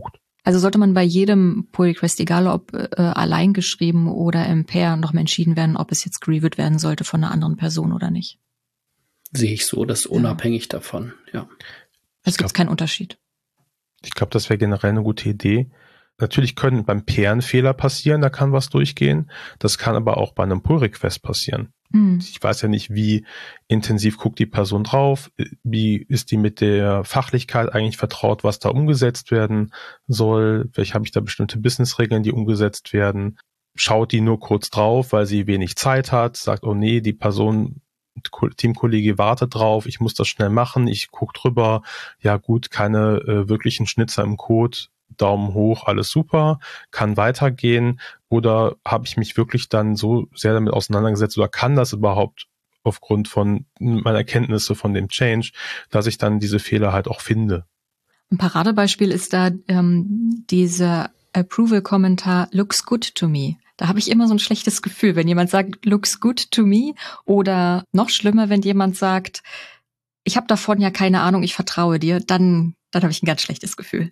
S1: Also sollte man bei jedem Pull-Request, egal ob äh, allein geschrieben oder im Pair, noch mal entschieden werden, ob es jetzt gereviewt werden sollte von einer anderen Person oder nicht.
S3: Sehe ich so, das ist unabhängig ja. davon, ja.
S1: Es gibt keinen Unterschied.
S2: Ich glaube, das wäre generell eine gute Idee. Natürlich können beim Pairen Fehler passieren, da kann was durchgehen. Das kann aber auch bei einem Pull-Request passieren. Hm. Ich weiß ja nicht, wie intensiv guckt die Person drauf, wie ist die mit der Fachlichkeit eigentlich vertraut, was da umgesetzt werden soll, vielleicht habe ich da bestimmte Businessregeln, die umgesetzt werden. Schaut die nur kurz drauf, weil sie wenig Zeit hat, sagt, oh nee, die Person, Teamkollege wartet drauf, ich muss das schnell machen, ich gucke drüber, ja gut, keine äh, wirklichen Schnitzer im Code, Daumen hoch, alles super, kann weitergehen, oder habe ich mich wirklich dann so sehr damit auseinandergesetzt oder kann das überhaupt aufgrund von meiner Kenntnisse von dem Change, dass ich dann diese Fehler halt auch finde.
S1: Ein Paradebeispiel ist da ähm, dieser Approval-Kommentar looks good to me. Da habe ich immer so ein schlechtes Gefühl, wenn jemand sagt looks good to me, oder noch schlimmer, wenn jemand sagt, ich habe davon ja keine Ahnung, ich vertraue dir, dann, dann habe ich ein ganz schlechtes Gefühl.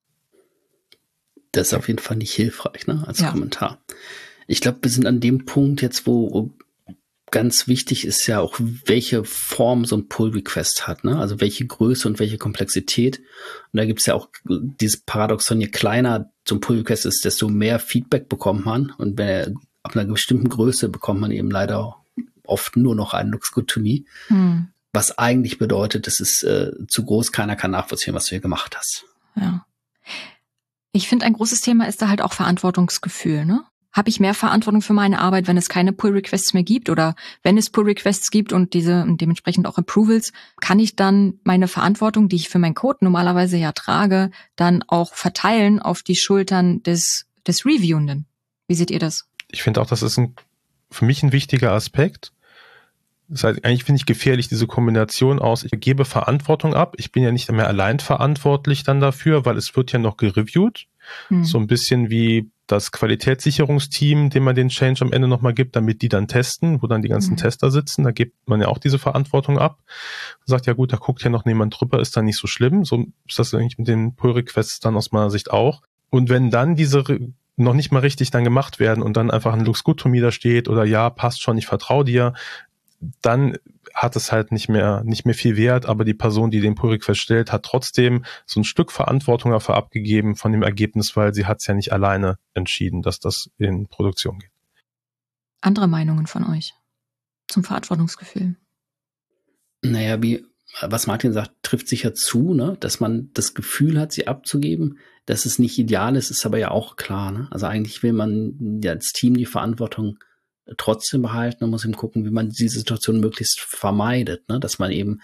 S3: Das ist auf jeden Fall nicht hilfreich, ne, als ja. Kommentar. Ich glaube, wir sind an dem Punkt jetzt, wo ganz wichtig ist ja auch, welche Form so ein Pull-Request hat, ne? Also welche Größe und welche Komplexität. Und da gibt's ja auch dieses Paradoxon, je kleiner so ein Pull-Request ist, desto mehr Feedback bekommt man. Und wenn er ab einer bestimmten Größe bekommt man eben leider oft nur noch ein Looks good to me. Hm. Was eigentlich bedeutet, das ist äh, zu groß, keiner kann nachvollziehen, was du hier gemacht hast.
S1: Ja. Ich finde, ein großes Thema ist da halt auch Verantwortungsgefühl, ne? Habe ich mehr Verantwortung für meine Arbeit, wenn es keine Pull-Requests mehr gibt, oder wenn es Pull-Requests gibt und diese und dementsprechend auch Approvals, kann ich dann meine Verantwortung, die ich für meinen Code normalerweise ja trage, dann auch verteilen auf die Schultern des des Reviewenden? Wie seht ihr das?
S2: Ich finde auch, das ist ein, für mich ein wichtiger Aspekt. Das heißt, eigentlich finde ich gefährlich, diese Kombination aus, ich gebe Verantwortung ab, ich bin ja nicht mehr allein verantwortlich dann dafür, weil es wird ja noch gereviewt. Hm. So ein bisschen wie das Qualitätssicherungsteam, dem man den Change am Ende nochmal gibt, damit die dann testen, wo dann die ganzen hm. Tester sitzen, da gibt man ja auch diese Verantwortung ab. Und sagt, ja gut, da guckt ja noch niemand drüber, ist dann nicht so schlimm. So ist das eigentlich mit den Pull-Requests dann aus meiner Sicht auch. Und wenn dann diese noch nicht mal richtig dann gemacht werden und dann einfach ein Looks good to me da steht oder ja, passt schon, ich vertraue dir, dann hat es halt nicht mehr nicht mehr viel Wert, aber die Person, die den Pull-Request stellt, hat trotzdem so ein Stück Verantwortung dafür abgegeben von dem Ergebnis, weil sie hat es ja nicht alleine entschieden, dass das in Produktion geht.
S1: Andere Meinungen von euch zum Verantwortungsgefühl?
S3: Naja, wie was Martin sagt, trifft sicher zu, ne, dass man das Gefühl hat, sie abzugeben, dass es nicht ideal ist, ist aber ja auch klar, ne? Also eigentlich will man ja als Team die Verantwortung trotzdem behalten und muss eben gucken, wie man diese Situation möglichst vermeidet, ne? Dass man eben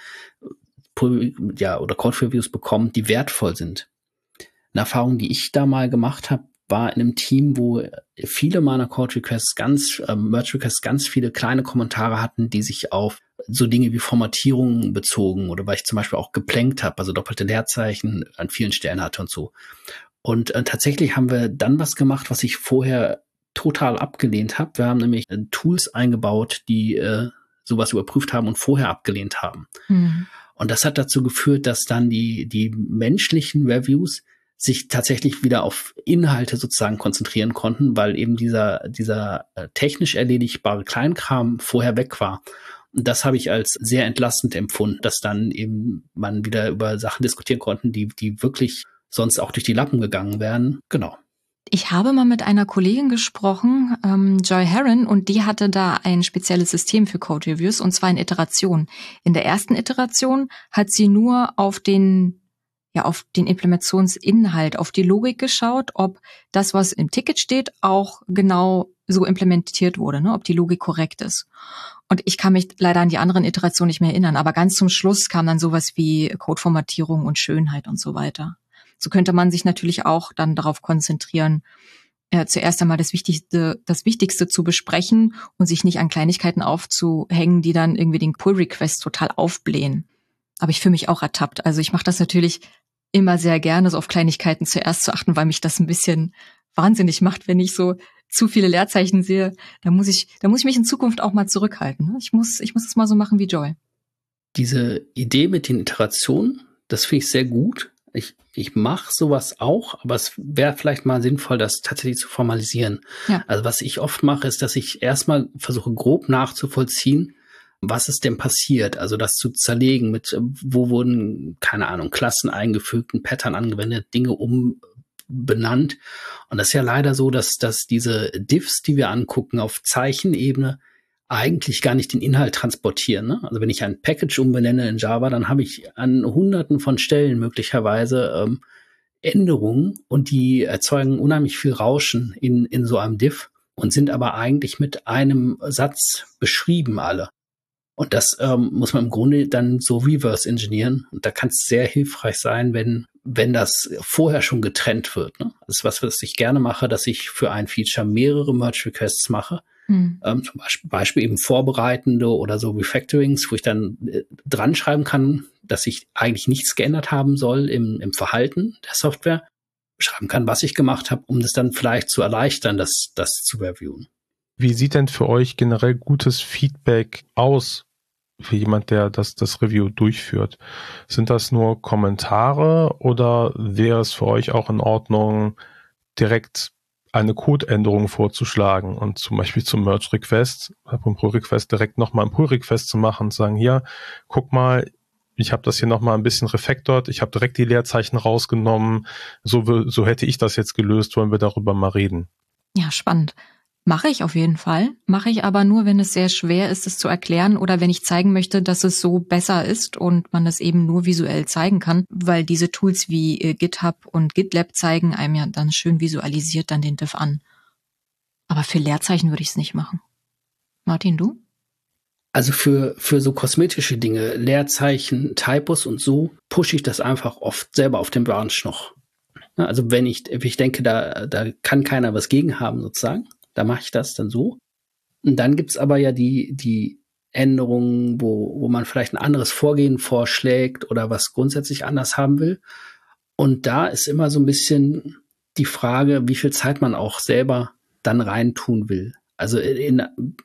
S3: ja oder Code-Reviews bekommt, die wertvoll sind. Eine Erfahrung, die ich da mal gemacht habe, war in einem Team, wo viele meiner Code-Requests, ganz äh, Merge-Requests, ganz viele kleine Kommentare hatten, die sich auf so Dinge wie Formatierungen bezogen oder weil ich zum Beispiel auch geplankt habe, also doppelte Leerzeichen an vielen Stellen hatte und so. Und äh, tatsächlich haben wir dann was gemacht, was ich vorher total abgelehnt habe. Wir haben nämlich äh, Tools eingebaut, die äh, sowas überprüft haben und vorher abgelehnt haben. Mhm. Und das hat dazu geführt, dass dann die die menschlichen Reviews sich tatsächlich wieder auf Inhalte sozusagen konzentrieren konnten, weil eben dieser dieser äh, technisch erledigbare Kleinkram vorher weg war. Und das habe ich als sehr entlastend empfunden, dass dann eben man wieder über Sachen diskutieren konnten, die die wirklich sonst auch durch die Lappen gegangen wären. Genau.
S1: Ich habe mal mit einer Kollegin gesprochen, ähm, Joy Heron, und die hatte da ein spezielles System für Code-Reviews, und zwar in Iterationen. In der ersten Iteration hat sie nur auf den ja auf den Implementationsinhalt, auf die Logik geschaut, ob das, was im Ticket steht, auch genau so implementiert wurde, ne? Ob die Logik korrekt ist. Und ich kann mich leider an die anderen Iterationen nicht mehr erinnern, aber ganz zum Schluss kam dann sowas wie Codeformatierung und Schönheit und so weiter. So könnte man sich natürlich auch dann darauf konzentrieren, äh, zuerst einmal das Wichtigste, das Wichtigste zu besprechen und sich nicht an Kleinigkeiten aufzuhängen, die dann irgendwie den Pull-Request total aufblähen. Aber ich fühle mich auch ertappt. Also ich mache das natürlich immer sehr gerne, so auf Kleinigkeiten zuerst zu achten, weil mich das ein bisschen wahnsinnig macht, wenn ich so zu viele Leerzeichen sehe. Da muss ich, da muss ich mich in Zukunft auch mal zurückhalten. Ich muss, ich muss das mal so machen wie Joy.
S3: Diese Idee mit den Iterationen, das finde ich sehr gut. Ich, ich mache sowas auch, aber es wäre vielleicht mal sinnvoll, das tatsächlich zu formalisieren.
S1: Ja.
S3: Also was ich oft mache, ist, dass ich erstmal versuche, grob nachzuvollziehen, was ist denn passiert? Also das zu zerlegen mit, wo wurden, keine Ahnung, Klassen eingefügt, ein Pattern angewendet, Dinge umbenannt. Und das ist ja leider so, dass, dass diese Diffs, die wir angucken, auf Zeichenebene eigentlich gar nicht den Inhalt transportieren. Ne? Also wenn ich ein Package umbenenne in Java, dann habe ich an hunderten von Stellen möglicherweise ähm, Änderungen und die erzeugen unheimlich viel Rauschen in, in so einem Diff und sind aber eigentlich mit einem Satz beschrieben alle. Und das ähm, muss man im Grunde dann so reverse engineeren. Und da kann es sehr hilfreich sein, wenn wenn das vorher schon getrennt wird. Ne? Das ist was, was ich gerne mache, dass ich für ein Feature mehrere Merge-Requests mache. Hm. Ähm, zum Beispiel, Beispiel eben vorbereitende oder so Refactorings, wo ich dann äh, dran schreiben kann, dass ich eigentlich nichts geändert haben soll im, im Verhalten der Software. Schreiben kann, was ich gemacht habe, um das dann vielleicht zu erleichtern, das, das zu reviewen.
S2: Wie sieht denn für euch generell gutes Feedback aus für jemand, der das, das Review durchführt? Sind das nur Kommentare oder wäre es für euch auch in Ordnung, direkt eine Codeänderung vorzuschlagen und zum Beispiel zum Merge-Request, beim Pull-Request direkt nochmal einen Pull-Request zu machen und zu sagen, hier, guck mal, ich habe das hier nochmal ein bisschen refactored, ich habe direkt die Leerzeichen rausgenommen, so, so hätte ich das jetzt gelöst, wollen wir darüber mal reden.
S1: Ja, spannend. Mache ich auf jeden Fall. Mache ich aber nur, wenn es sehr schwer ist, es zu erklären oder wenn ich zeigen möchte, dass es so besser ist und man das eben nur visuell zeigen kann, weil diese Tools wie äh, GitHub und GitLab zeigen einem ja dann schön visualisiert dann den Diff an. Aber für Leerzeichen würde ich es nicht machen. Martin, du?
S3: Also für, für so kosmetische Dinge, Leerzeichen, Typos und so, pushe ich das einfach oft selber auf dem Branch noch. Also wenn ich, wenn ich denke, da, da kann keiner was gegen haben sozusagen, da mache ich das dann so. Und dann gibt's aber ja die, die Änderungen, wo, wo man vielleicht ein anderes Vorgehen vorschlägt oder was grundsätzlich anders haben will. Und da ist immer so ein bisschen die Frage, wie viel Zeit man auch selber dann reintun will. Also in,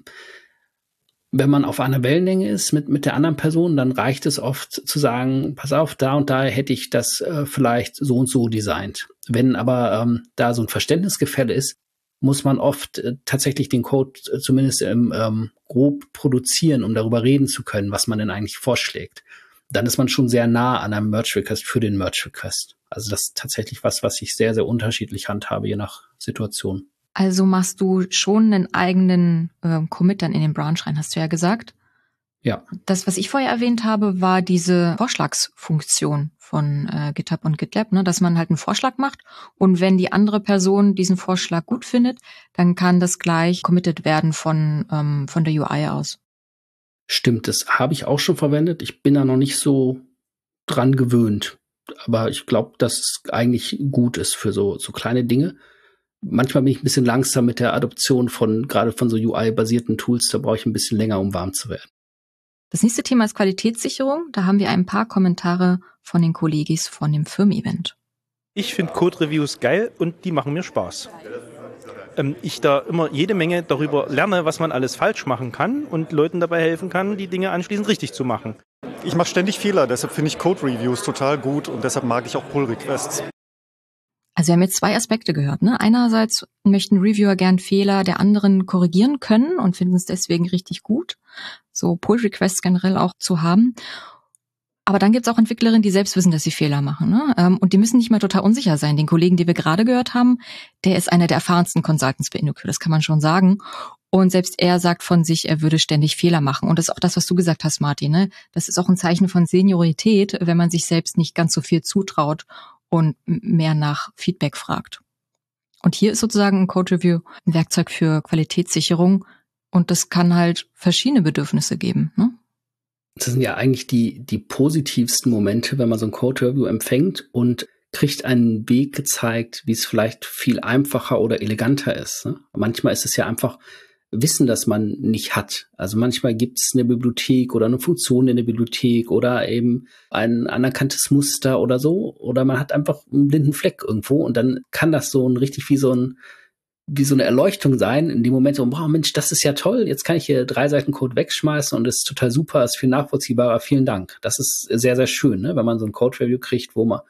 S3: wenn man auf einer Wellenlänge ist mit, mit der anderen Person, dann reicht es oft zu sagen, pass auf, da und da hätte ich das äh, vielleicht so und so designt. Wenn aber ähm, da so ein Verständnisgefälle ist, muss man oft äh, tatsächlich den Code äh, zumindest im ähm, grob produzieren, um darüber reden zu können, was man denn eigentlich vorschlägt. Dann ist man schon sehr nah an einem Merge-Request für den Merge-Request. Also das ist tatsächlich was, was ich sehr, sehr unterschiedlich handhabe, je nach Situation.
S1: Also machst du schon einen eigenen äh, Commit dann in den Branch rein, hast du ja gesagt.
S3: Ja.
S1: Das, was ich vorher erwähnt habe, war diese Vorschlagsfunktion von äh, GitHub und GitLab, ne, dass man halt einen Vorschlag macht und wenn die andere Person diesen Vorschlag gut findet, dann kann das gleich committed werden von ähm, von der U I aus.
S3: Stimmt, das habe ich auch schon verwendet. Ich bin da noch nicht so dran gewöhnt, aber ich glaube, dass es eigentlich gut ist für so so kleine Dinge. Manchmal bin ich ein bisschen langsam mit der Adoption von gerade von so U I-basierten Tools. Da brauche ich ein bisschen länger, um warm zu werden.
S1: Das nächste Thema ist Qualitätssicherung. Da haben wir ein paar Kommentare von den Kollegis von dem Firmen-Event.
S10: Ich finde Code-Reviews geil und die machen mir Spaß. Ähm, ich da immer jede Menge darüber lerne, was man alles falsch machen kann und Leuten dabei helfen kann, die Dinge anschließend richtig zu machen.
S11: Ich mache ständig Fehler, deshalb finde ich Code-Reviews total gut und deshalb mag ich auch Pull-Requests.
S1: Also wir haben jetzt zwei Aspekte gehört. Ne? Einerseits möchten Reviewer gern Fehler der anderen korrigieren können und finden es deswegen richtig gut, so Pull-Requests generell auch zu haben. Aber dann gibt es auch Entwicklerinnen, die selbst wissen, dass sie Fehler machen. Ne? Und die müssen nicht mehr total unsicher sein. Den Kollegen, den wir gerade gehört haben, der ist einer der erfahrensten Consultants bei InnoQ, das kann man schon sagen. Und selbst er sagt von sich, er würde ständig Fehler machen. Und das ist auch das, was du gesagt hast, Martin. Ne? Das ist auch ein Zeichen von Seniorität, wenn man sich selbst nicht ganz so viel zutraut und mehr nach Feedback fragt. Und hier ist sozusagen ein Code Review ein Werkzeug für Qualitätssicherung und das kann halt verschiedene Bedürfnisse geben. Ne?
S3: Das sind ja eigentlich die, die positivsten Momente, wenn man so ein Code Review empfängt und kriegt einen Weg gezeigt, wie es vielleicht viel einfacher oder eleganter ist. Ne? Manchmal ist es ja einfach Wissen, das man nicht hat. Also manchmal gibt es eine Bibliothek oder eine Funktion in der Bibliothek oder eben ein anerkanntes Muster oder so. Oder man hat einfach einen blinden Fleck irgendwo und dann kann das so ein richtig wie so ein wie so eine Erleuchtung sein. In dem Moment so, wow, Mensch, das ist ja toll. Jetzt kann ich hier drei Seiten Code wegschmeißen und das ist total super, ist viel nachvollziehbarer. Vielen Dank. Das ist sehr, sehr schön, ne? Wenn man so ein Code-Review kriegt, wo man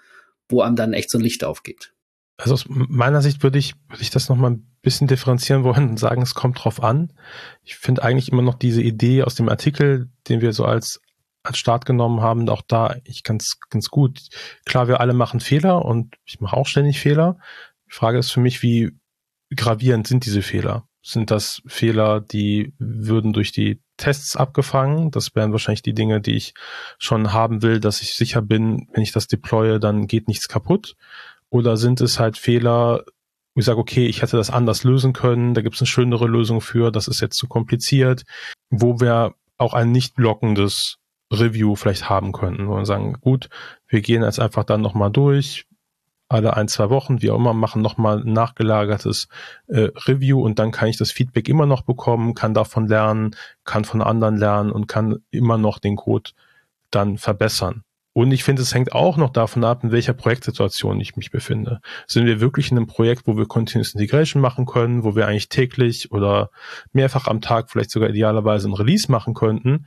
S3: wo einem dann echt so ein Licht aufgeht.
S2: Also aus meiner Sicht würde ich, würde ich das nochmal ein bisschen differenzieren wollen und sagen, es kommt drauf an. Ich finde eigentlich immer noch diese Idee aus dem Artikel, den wir so als, als Start genommen haben, auch da eigentlich ganz, ganz gut. Klar, wir alle machen Fehler und ich mache auch ständig Fehler. Die Frage ist für mich, wie gravierend sind diese Fehler? Sind das Fehler, die würden durch die Tests abgefangen? Das wären wahrscheinlich die Dinge, die ich schon haben will, dass ich sicher bin, wenn ich das deploye, dann geht nichts kaputt. Oder sind es halt Fehler, wo ich sage, okay, ich hätte das anders lösen können, da gibt es eine schönere Lösung für, das ist jetzt zu kompliziert, wo wir auch ein nicht blockendes Review vielleicht haben könnten, wo wir sagen, gut, wir gehen jetzt einfach dann nochmal durch, alle ein, zwei Wochen, wie auch immer, machen nochmal ein nachgelagertes äh, Review und dann kann ich das Feedback immer noch bekommen, kann davon lernen, kann von anderen lernen und kann immer noch den Code dann verbessern. Und ich finde, es hängt auch noch davon ab, in welcher Projektsituation ich mich befinde. Sind wir wirklich in einem Projekt, wo wir Continuous Integration machen können, wo wir eigentlich täglich oder mehrfach am Tag vielleicht sogar idealerweise ein Release machen könnten?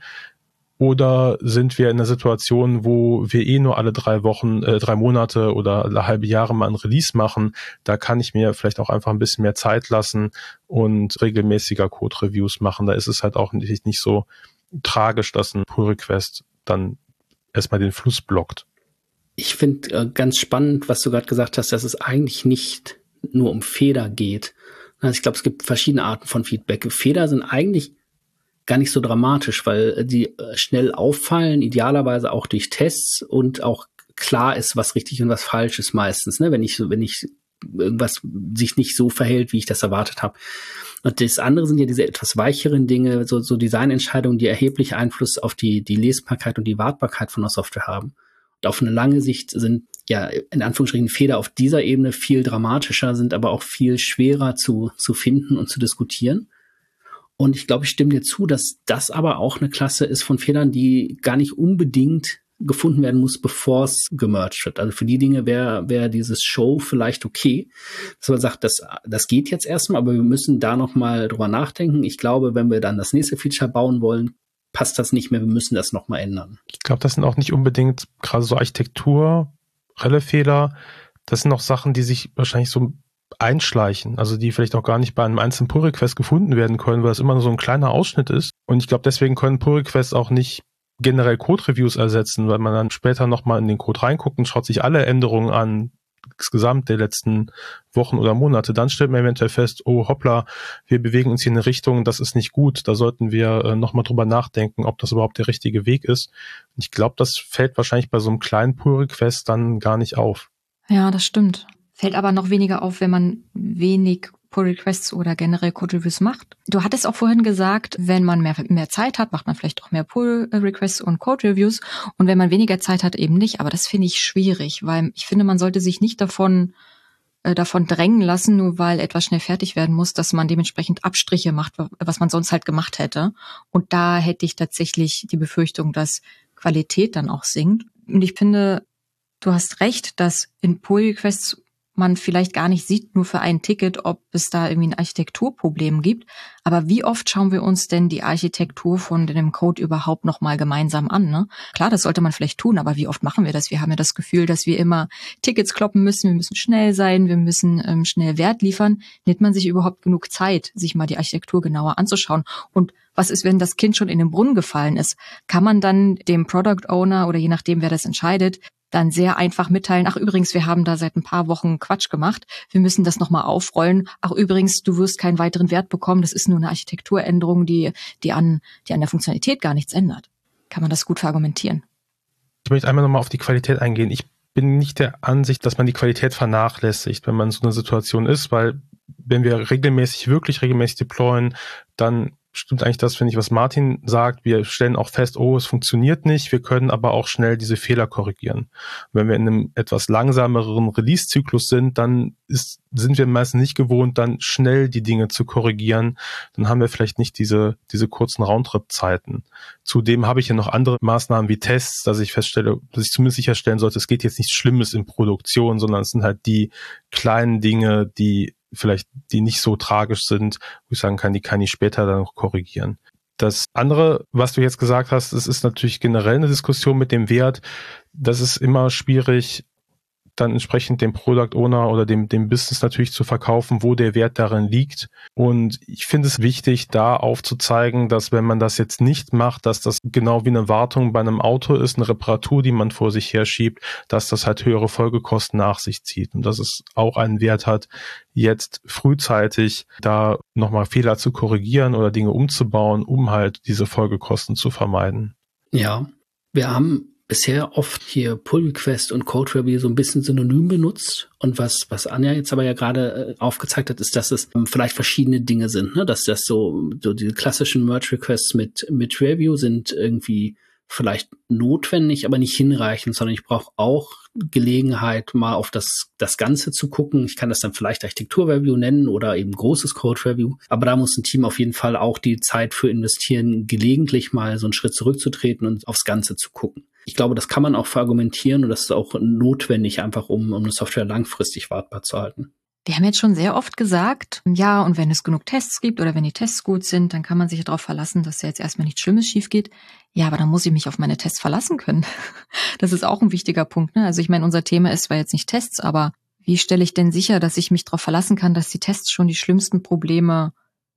S2: Oder sind wir in einer Situation, wo wir eh nur alle drei Wochen, äh, drei Monate oder alle halbe Jahre mal ein Release machen? Da kann ich mir vielleicht auch einfach ein bisschen mehr Zeit lassen und regelmäßiger Code-Reviews machen. Da ist es halt auch nicht, nicht so tragisch, dass ein Pull-Request dann erstmal den Fluss blockt.
S3: Ich finde äh, ganz spannend, was du gerade gesagt hast, dass es eigentlich nicht nur um Fehler geht. Also ich glaube, es gibt verschiedene Arten von Feedback. Fehler sind eigentlich gar nicht so dramatisch, weil die äh, schnell auffallen, idealerweise auch durch Tests und auch klar ist, was richtig und was falsch ist meistens, ne? Wenn ich wenn ich irgendwas sich nicht so verhält, wie ich das erwartet habe. Und das andere sind ja diese etwas weicheren Dinge, so, so Designentscheidungen, die erheblich Einfluss auf die, die Lesbarkeit und die Wartbarkeit von der Software haben. Und auf eine lange Sicht sind ja in Anführungsstrichen Fehler auf dieser Ebene viel dramatischer, sind aber auch viel schwerer zu, zu finden und zu diskutieren. Und ich glaube, ich stimme dir zu, dass das aber auch eine Klasse ist von Fehlern, die gar nicht unbedingt gefunden werden muss, bevor es gemerged wird. Also für die Dinge wäre wäre dieses Show vielleicht okay, dass man sagt, das, das geht jetzt erstmal, aber wir müssen da noch mal drüber nachdenken. Ich glaube, wenn wir dann das nächste Feature bauen wollen, passt das nicht mehr, wir müssen das noch mal ändern.
S2: Ich glaube, das sind auch nicht unbedingt gerade so architekturelle Fehler. Das sind auch Sachen, die sich wahrscheinlich so einschleichen, also die vielleicht auch gar nicht bei einem einzelnen Pull-Request gefunden werden können, weil es immer nur so ein kleiner Ausschnitt ist. Und ich glaube, deswegen können Pull-Requests auch nicht generell Code-Reviews ersetzen, weil man dann später nochmal in den Code reinguckt und schaut sich alle Änderungen an, insgesamt der letzten Wochen oder Monate. Dann stellt man eventuell fest, oh hoppla, wir bewegen uns hier in eine Richtung, das ist nicht gut, da sollten wir äh, nochmal drüber nachdenken, ob das überhaupt der richtige Weg ist. Und ich glaube, das fällt wahrscheinlich bei so einem kleinen Pull-Request dann gar nicht auf.
S1: Ja, das stimmt. Fällt aber noch weniger auf, wenn man wenig Pull-Requests oder generell Code-Reviews macht. Du hattest auch vorhin gesagt, wenn man mehr, mehr Zeit hat, macht man vielleicht auch mehr Pull-Requests und Code-Reviews und wenn man weniger Zeit hat, eben nicht. Aber das finde ich schwierig, weil ich finde, man sollte sich nicht davon äh, davon drängen lassen, nur weil etwas schnell fertig werden muss, dass man dementsprechend Abstriche macht, was man sonst halt gemacht hätte. Und da hätte ich tatsächlich die Befürchtung, dass Qualität dann auch sinkt. Und ich finde, du hast recht, dass in Pull-Requests man vielleicht gar nicht sieht, nur für ein Ticket, ob es da irgendwie ein Architekturproblem gibt. Aber wie oft schauen wir uns denn die Architektur von dem Code überhaupt nochmal gemeinsam an? Ne? Klar, das sollte man vielleicht tun, aber wie oft machen wir das? Wir haben ja das Gefühl, dass wir immer Tickets kloppen müssen, wir müssen schnell sein, wir müssen ähm, schnell Wert liefern. Nimmt man sich überhaupt genug Zeit, sich mal die Architektur genauer anzuschauen? Und was ist, wenn das Kind schon in den Brunnen gefallen ist? Kann man dann dem Product Owner oder je nachdem, wer das entscheidet, dann sehr einfach mitteilen, ach übrigens, wir haben da seit ein paar Wochen Quatsch gemacht, wir müssen das nochmal aufrollen. Ach übrigens, du wirst keinen weiteren Wert bekommen, das ist nur eine Architekturänderung, die, die, an, die an der Funktionalität gar nichts ändert. Kann man das gut verargumentieren.
S2: Ich möchte einmal nochmal auf die Qualität eingehen. Ich bin nicht der Ansicht, dass man die Qualität vernachlässigt, wenn man in so einer Situation ist, weil wenn wir regelmäßig, wirklich regelmäßig deployen, dann stimmt eigentlich das, finde ich, was Martin sagt. Wir stellen auch fest, oh, es funktioniert nicht. Wir können aber auch schnell diese Fehler korrigieren. Wenn wir in einem etwas langsameren Release-Zyklus sind, dann ist, sind wir meistens nicht gewohnt, dann schnell die Dinge zu korrigieren. Dann haben wir vielleicht nicht diese, diese kurzen Roundtrip-Zeiten. Zudem habe ich ja noch andere Maßnahmen wie Tests, dass ich feststelle, dass ich zumindest sicherstellen sollte, es geht jetzt nichts Schlimmes in Produktion, sondern es sind halt die kleinen Dinge, die vielleicht die nicht so tragisch sind, wo ich sagen kann, die kann ich später dann noch korrigieren. Das andere, was du jetzt gesagt hast, das ist natürlich generell eine Diskussion mit dem Wert. Das ist immer schwierig dann entsprechend dem Product Owner oder dem, dem Business natürlich zu verkaufen, wo der Wert darin liegt. Und ich finde es wichtig, da aufzuzeigen, dass wenn man das jetzt nicht macht, dass das genau wie eine Wartung bei einem Auto ist, eine Reparatur, die man vor sich her schiebt, dass das halt höhere Folgekosten nach sich zieht. Und dass es auch einen Wert hat, jetzt frühzeitig da nochmal Fehler zu korrigieren oder Dinge umzubauen, um halt diese Folgekosten zu vermeiden.
S3: Ja, wir haben bisher oft hier Pull Request und Code Review so ein bisschen synonym benutzt. Und was, was Anja jetzt aber ja gerade äh, aufgezeigt hat, ist, dass es ähm, vielleicht verschiedene Dinge sind, ne? Dass das so, so diese klassischen Merge Requests mit, mit Review sind irgendwie vielleicht notwendig, aber nicht hinreichend, sondern ich brauche auch Gelegenheit, mal auf das, das Ganze zu gucken. Ich kann das dann vielleicht Architektur-Review nennen oder eben großes Code-Review. Aber da muss ein Team auf jeden Fall auch die Zeit für investieren, gelegentlich mal so einen Schritt zurückzutreten und aufs Ganze zu gucken. Ich glaube, das kann man auch verargumentieren und das ist auch notwendig, einfach um, um eine Software langfristig wartbar zu halten.
S1: Wir haben jetzt schon sehr oft gesagt, ja, und wenn es genug Tests gibt oder wenn die Tests gut sind, dann kann man sich darauf verlassen, dass da jetzt erstmal nichts Schlimmes schief geht. Ja, aber dann muss ich mich auf meine Tests verlassen können. Das ist auch ein wichtiger Punkt, ne? Also ich meine, unser Thema ist zwar jetzt nicht Tests, aber wie stelle ich denn sicher, dass ich mich darauf verlassen kann, dass die Tests schon die schlimmsten Probleme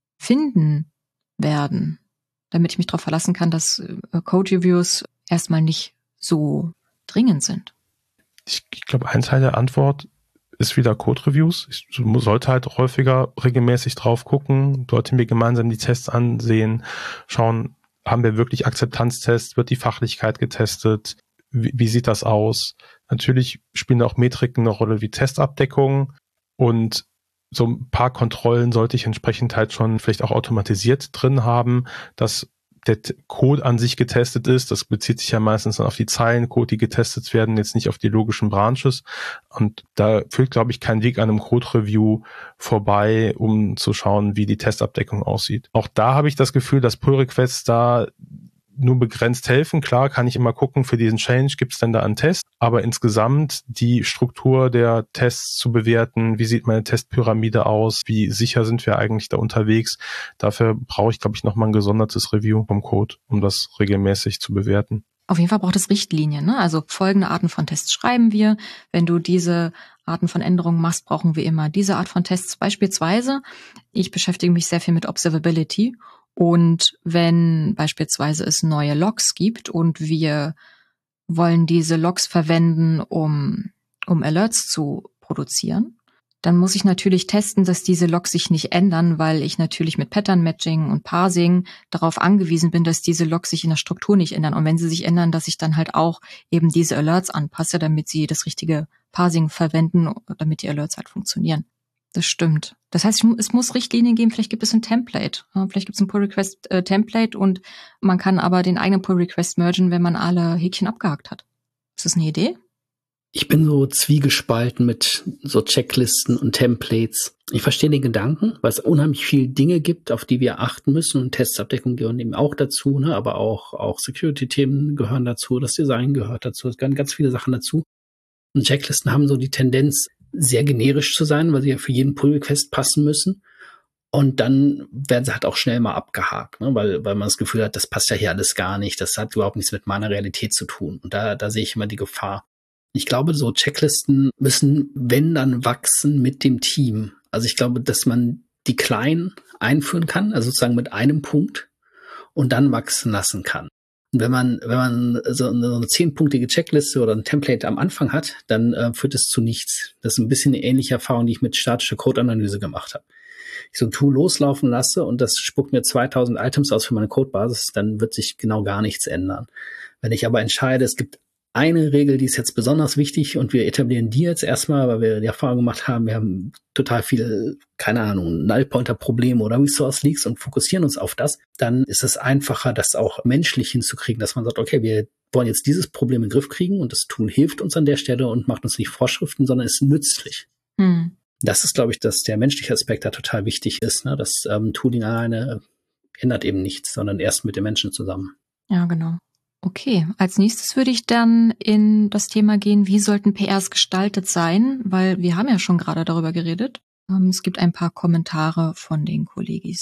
S1: finden werden, damit ich mich darauf verlassen kann, dass Code-Reviews erstmal nicht so dringend sind?
S2: Ich, ich glaube, ein Teil der Antwort ist wieder Code-Reviews. Ich sollte halt häufiger regelmäßig drauf gucken, dort mir gemeinsam die Tests ansehen, schauen, haben wir wirklich Akzeptanztests, wird die Fachlichkeit getestet, wie, wie sieht das aus? Natürlich spielen auch Metriken eine Rolle wie Testabdeckung und so ein paar Kontrollen sollte ich entsprechend halt schon vielleicht auch automatisiert drin haben, dass der Code an sich getestet ist. Das bezieht sich ja meistens dann auf die Zeilen Code, die getestet werden, jetzt nicht auf die logischen Branches. Und da führt, glaube ich, kein Weg an einem Code-Review vorbei, um zu schauen, wie die Testabdeckung aussieht. Auch da habe ich das Gefühl, dass Pull-Requests da nur begrenzt helfen. Klar kann ich immer gucken, für diesen Change gibt es denn da einen Test, aber insgesamt die Struktur der Tests zu bewerten, wie sieht meine Testpyramide aus, wie sicher sind wir eigentlich da unterwegs, dafür brauche ich, glaube ich, nochmal ein gesondertes Review vom Code, um das regelmäßig zu bewerten.
S1: Auf jeden Fall braucht es Richtlinien, ne? Also folgende Arten von Tests schreiben wir. Wenn du diese Arten von Änderungen machst, brauchen wir immer diese Art von Tests. Beispielsweise, ich beschäftige mich sehr viel mit Observability. Und wenn beispielsweise es neue Logs gibt und wir wollen diese Logs verwenden, um, um Alerts zu produzieren, dann muss ich natürlich testen, dass diese Logs sich nicht ändern, weil ich natürlich mit Pattern Matching und Parsing darauf angewiesen bin, dass diese Logs sich in der Struktur nicht ändern. Und wenn sie sich ändern, dass ich dann halt auch eben diese Alerts anpasse, damit sie das richtige Parsing verwenden, damit die Alerts halt funktionieren. Das stimmt. Das heißt, es muss Richtlinien geben, vielleicht gibt es ein Template. Vielleicht gibt es ein Pull-Request-Template und man kann aber den eigenen Pull-Request mergen, wenn man alle Häkchen abgehakt hat. Ist das eine Idee?
S3: Ich bin so zwiegespalten mit so Checklisten und Templates. Ich verstehe den Gedanken, weil es unheimlich viele Dinge gibt, auf die wir achten müssen. Und Testabdeckung gehören eben auch dazu, ne? Aber auch, auch Security-Themen gehören dazu, das Design gehört dazu, es gehören ganz viele Sachen dazu. Und Checklisten haben so die Tendenz, sehr generisch zu sein, weil sie ja für jeden Pull-Request passen müssen. Und dann werden sie halt auch schnell mal abgehakt, ne? weil, weil man das Gefühl hat, das passt ja hier alles gar nicht, das hat überhaupt nichts mit meiner Realität zu tun. Und da, da sehe ich immer die Gefahr. Ich glaube, so Checklisten müssen, wenn dann, wachsen mit dem Team. Also ich glaube, dass man die kleinen einführen kann, also sozusagen mit einem Punkt und dann wachsen lassen kann. Und wenn man, wenn man so eine, so eine zehnpunktige Checkliste oder ein Template am Anfang hat, dann äh, führt es zu nichts. Das ist ein bisschen eine ähnliche Erfahrung, die ich mit statischer Code-Analyse gemacht habe. Ich so ein Tool loslaufen lasse und das spuckt mir zweitausend Items aus für meine Codebasis, dann wird sich genau gar nichts ändern. Wenn ich aber entscheide, es gibt eine Regel, die ist jetzt besonders wichtig und wir etablieren die jetzt erstmal, weil wir die Erfahrung gemacht haben, wir haben total viel, keine Ahnung, Null-Pointer-Probleme oder Resource-Leaks und fokussieren uns auf das, dann ist es einfacher, das auch menschlich hinzukriegen, dass man sagt, okay, wir wollen jetzt dieses Problem in den Griff kriegen und das Tool hilft uns an der Stelle und macht uns nicht Vorschriften, sondern ist nützlich. Hm. Das ist, glaube ich, dass der menschliche Aspekt da total wichtig ist. Ne? Das ähm, Tooling alleine ändert eben nichts, sondern erst mit den Menschen zusammen.
S1: Ja, genau. Okay, als nächstes würde ich dann in das Thema gehen, wie sollten P Rs gestaltet sein, weil wir haben ja schon gerade darüber geredet. Ähm, es gibt ein paar Kommentare von den Kollegis.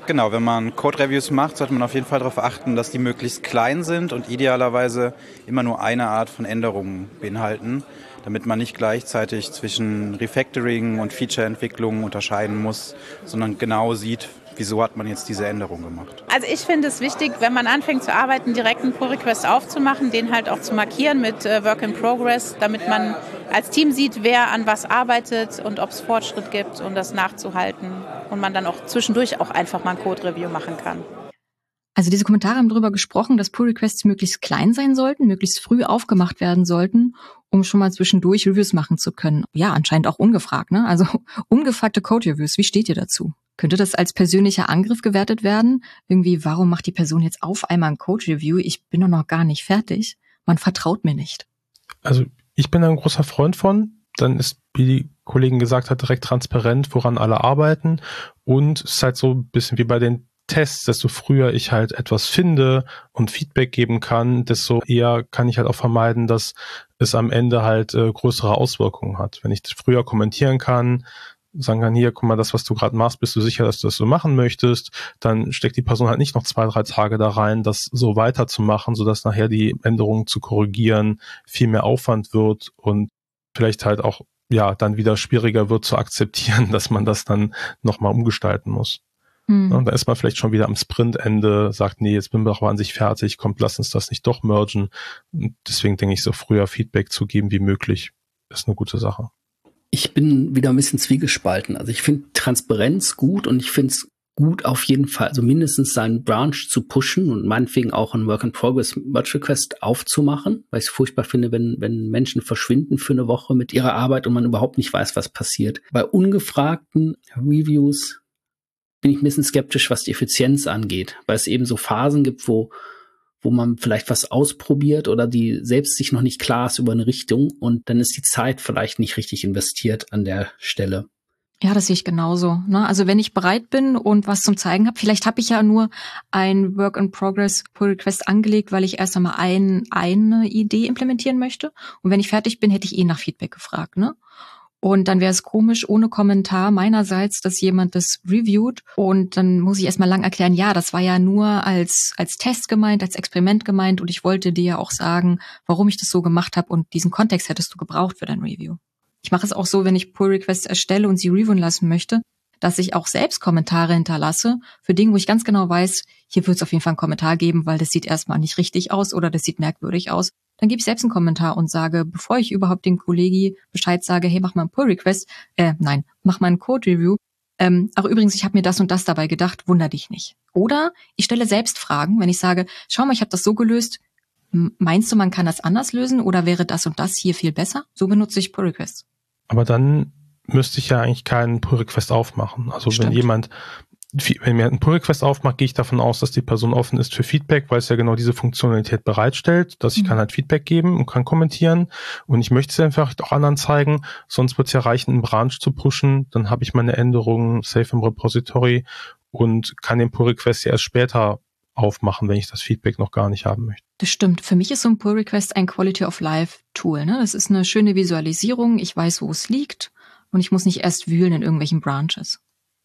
S12: Genau, wenn man Code-Reviews macht, sollte man auf jeden Fall darauf achten, dass die möglichst klein sind und idealerweise immer nur eine Art von Änderungen beinhalten, damit man nicht gleichzeitig zwischen Refactoring und Feature-Entwicklung unterscheiden muss, sondern genau sieht, wieso hat man jetzt diese Änderung gemacht.
S13: Also ich finde es wichtig, wenn man anfängt zu arbeiten, direkt einen Pull-Request aufzumachen, den halt auch zu markieren mit äh, Work in Progress, damit man als Team sieht, wer an was arbeitet und ob es Fortschritt gibt und das nachzuhalten und man dann auch zwischendurch auch einfach mal ein Code-Review machen kann.
S1: Also diese Kommentare haben darüber gesprochen, dass Pull-Requests möglichst klein sein sollten, möglichst früh aufgemacht werden sollten, um schon mal zwischendurch Reviews machen zu können. Ja, anscheinend auch ungefragt, ne? Also ungefragte Code-Reviews, wie steht ihr dazu? Könnte das als persönlicher Angriff gewertet werden? Irgendwie, warum macht die Person jetzt auf einmal ein Code-Review? Ich bin doch noch gar nicht fertig. Man vertraut mir nicht.
S2: Also ich bin ein großer Freund von. Dann ist, wie die Kollegin gesagt hat, direkt transparent, woran alle arbeiten. Und es ist halt so ein bisschen wie bei den Tests, desto früher ich halt etwas finde und Feedback geben kann, desto eher kann ich halt auch vermeiden, dass es am Ende halt äh, größere Auswirkungen hat. Wenn ich früher kommentieren kann, sagen kann, hier, guck mal, das, was du gerade machst, bist du sicher, dass du das so machen möchtest, dann steckt die Person halt nicht noch zwei, drei Tage da rein, das so weiterzumachen, sodass nachher die Änderungen zu korrigieren viel mehr Aufwand wird und vielleicht halt auch, ja, dann wieder schwieriger wird zu akzeptieren, dass man das dann nochmal umgestalten muss. Hm. Und da ist man vielleicht schon wieder am Sprintende, sagt, nee, jetzt bin wir doch an sich fertig, kommt, lass uns das nicht doch mergen. Und deswegen denke ich, so früher Feedback zu geben wie möglich, ist eine gute Sache.
S3: Ich bin wieder ein bisschen zwiegespalten. Also ich finde Transparenz gut und ich finde es gut auf jeden Fall, also mindestens seinen Branch zu pushen und meinetwegen auch ein Work-in-Progress-Merge-Request aufzumachen, weil ich es furchtbar finde, wenn, wenn Menschen verschwinden für eine Woche mit ihrer Arbeit und man überhaupt nicht weiß, was passiert. Bei ungefragten Reviews bin ich ein bisschen skeptisch, was die Effizienz angeht, weil es eben so Phasen gibt, wo wo man vielleicht was ausprobiert oder die selbst sich noch nicht klar ist über eine Richtung und dann ist die Zeit vielleicht nicht richtig investiert an der Stelle.
S1: Ja, das sehe ich genauso. Ne? Also wenn ich bereit bin und was zum Zeigen habe, vielleicht habe ich ja nur ein Work-in-Progress-Pull-Request angelegt, weil ich erst einmal ein, eine Idee implementieren möchte. Und wenn ich fertig bin, hätte ich eh nach Feedback gefragt, ne? Und dann wäre es komisch, ohne Kommentar meinerseits, dass jemand das reviewt. Und dann muss ich erstmal lang erklären, ja, das war ja nur als als Test gemeint, als Experiment gemeint. Und ich wollte dir ja auch sagen, warum ich das so gemacht habe. Und diesen Kontext hättest du gebraucht für dein Review. Ich mache es auch so, wenn ich Pull-Requests erstelle und sie reviewen lassen möchte, dass ich auch selbst Kommentare hinterlasse für Dinge, wo ich ganz genau weiß, hier wird es auf jeden Fall einen Kommentar geben, weil das sieht erstmal nicht richtig aus oder das sieht merkwürdig aus. Dann gebe ich selbst einen Kommentar und sage, bevor ich überhaupt dem Kollegi Bescheid sage, hey, mach mal einen Pull-Request, äh, nein, mach mal einen Code-Review. Ähm, ach übrigens, ich habe mir das und das dabei gedacht, wunder dich nicht. Oder ich stelle selbst Fragen, wenn ich sage, schau mal, ich habe das so gelöst, meinst du, man kann das anders lösen oder wäre das und das hier viel besser? So benutze ich Pull-Requests.
S2: Aber dann müsste ich ja eigentlich keinen Pull-Request aufmachen. Also Stimmt. wenn jemand, wenn mir einen Pull-Request aufmacht, gehe ich davon aus, dass die Person offen ist für Feedback, weil es ja genau diese Funktionalität bereitstellt, dass ich mhm. kann halt Feedback geben und kann kommentieren und ich möchte es dann vielleicht auch anderen zeigen, sonst wird es ja reichen, einen Branch zu pushen, dann habe ich meine Änderungen safe im Repository und kann den Pull-Request ja erst später aufmachen, wenn ich das Feedback noch gar nicht haben möchte.
S1: Das stimmt. Für mich ist so ein Pull-Request ein Quality-of-Life-Tool. Ne? Das ist eine schöne Visualisierung. Ich weiß, wo es liegt und ich muss nicht erst wühlen in irgendwelchen Branches.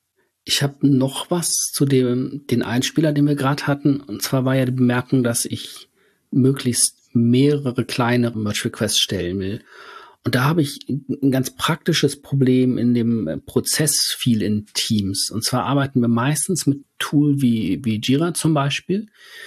S3: Ich habe noch was zu dem den Einspieler, den wir gerade hatten. Und zwar war ja die Bemerkung, dass ich möglichst mehrere kleine Merge-Requests stellen will. Und da habe ich ein ganz praktisches Problem in dem Prozess viel in Teams. Und zwar arbeiten wir meistens mit Tool wie, wie Jira zum Beispiel,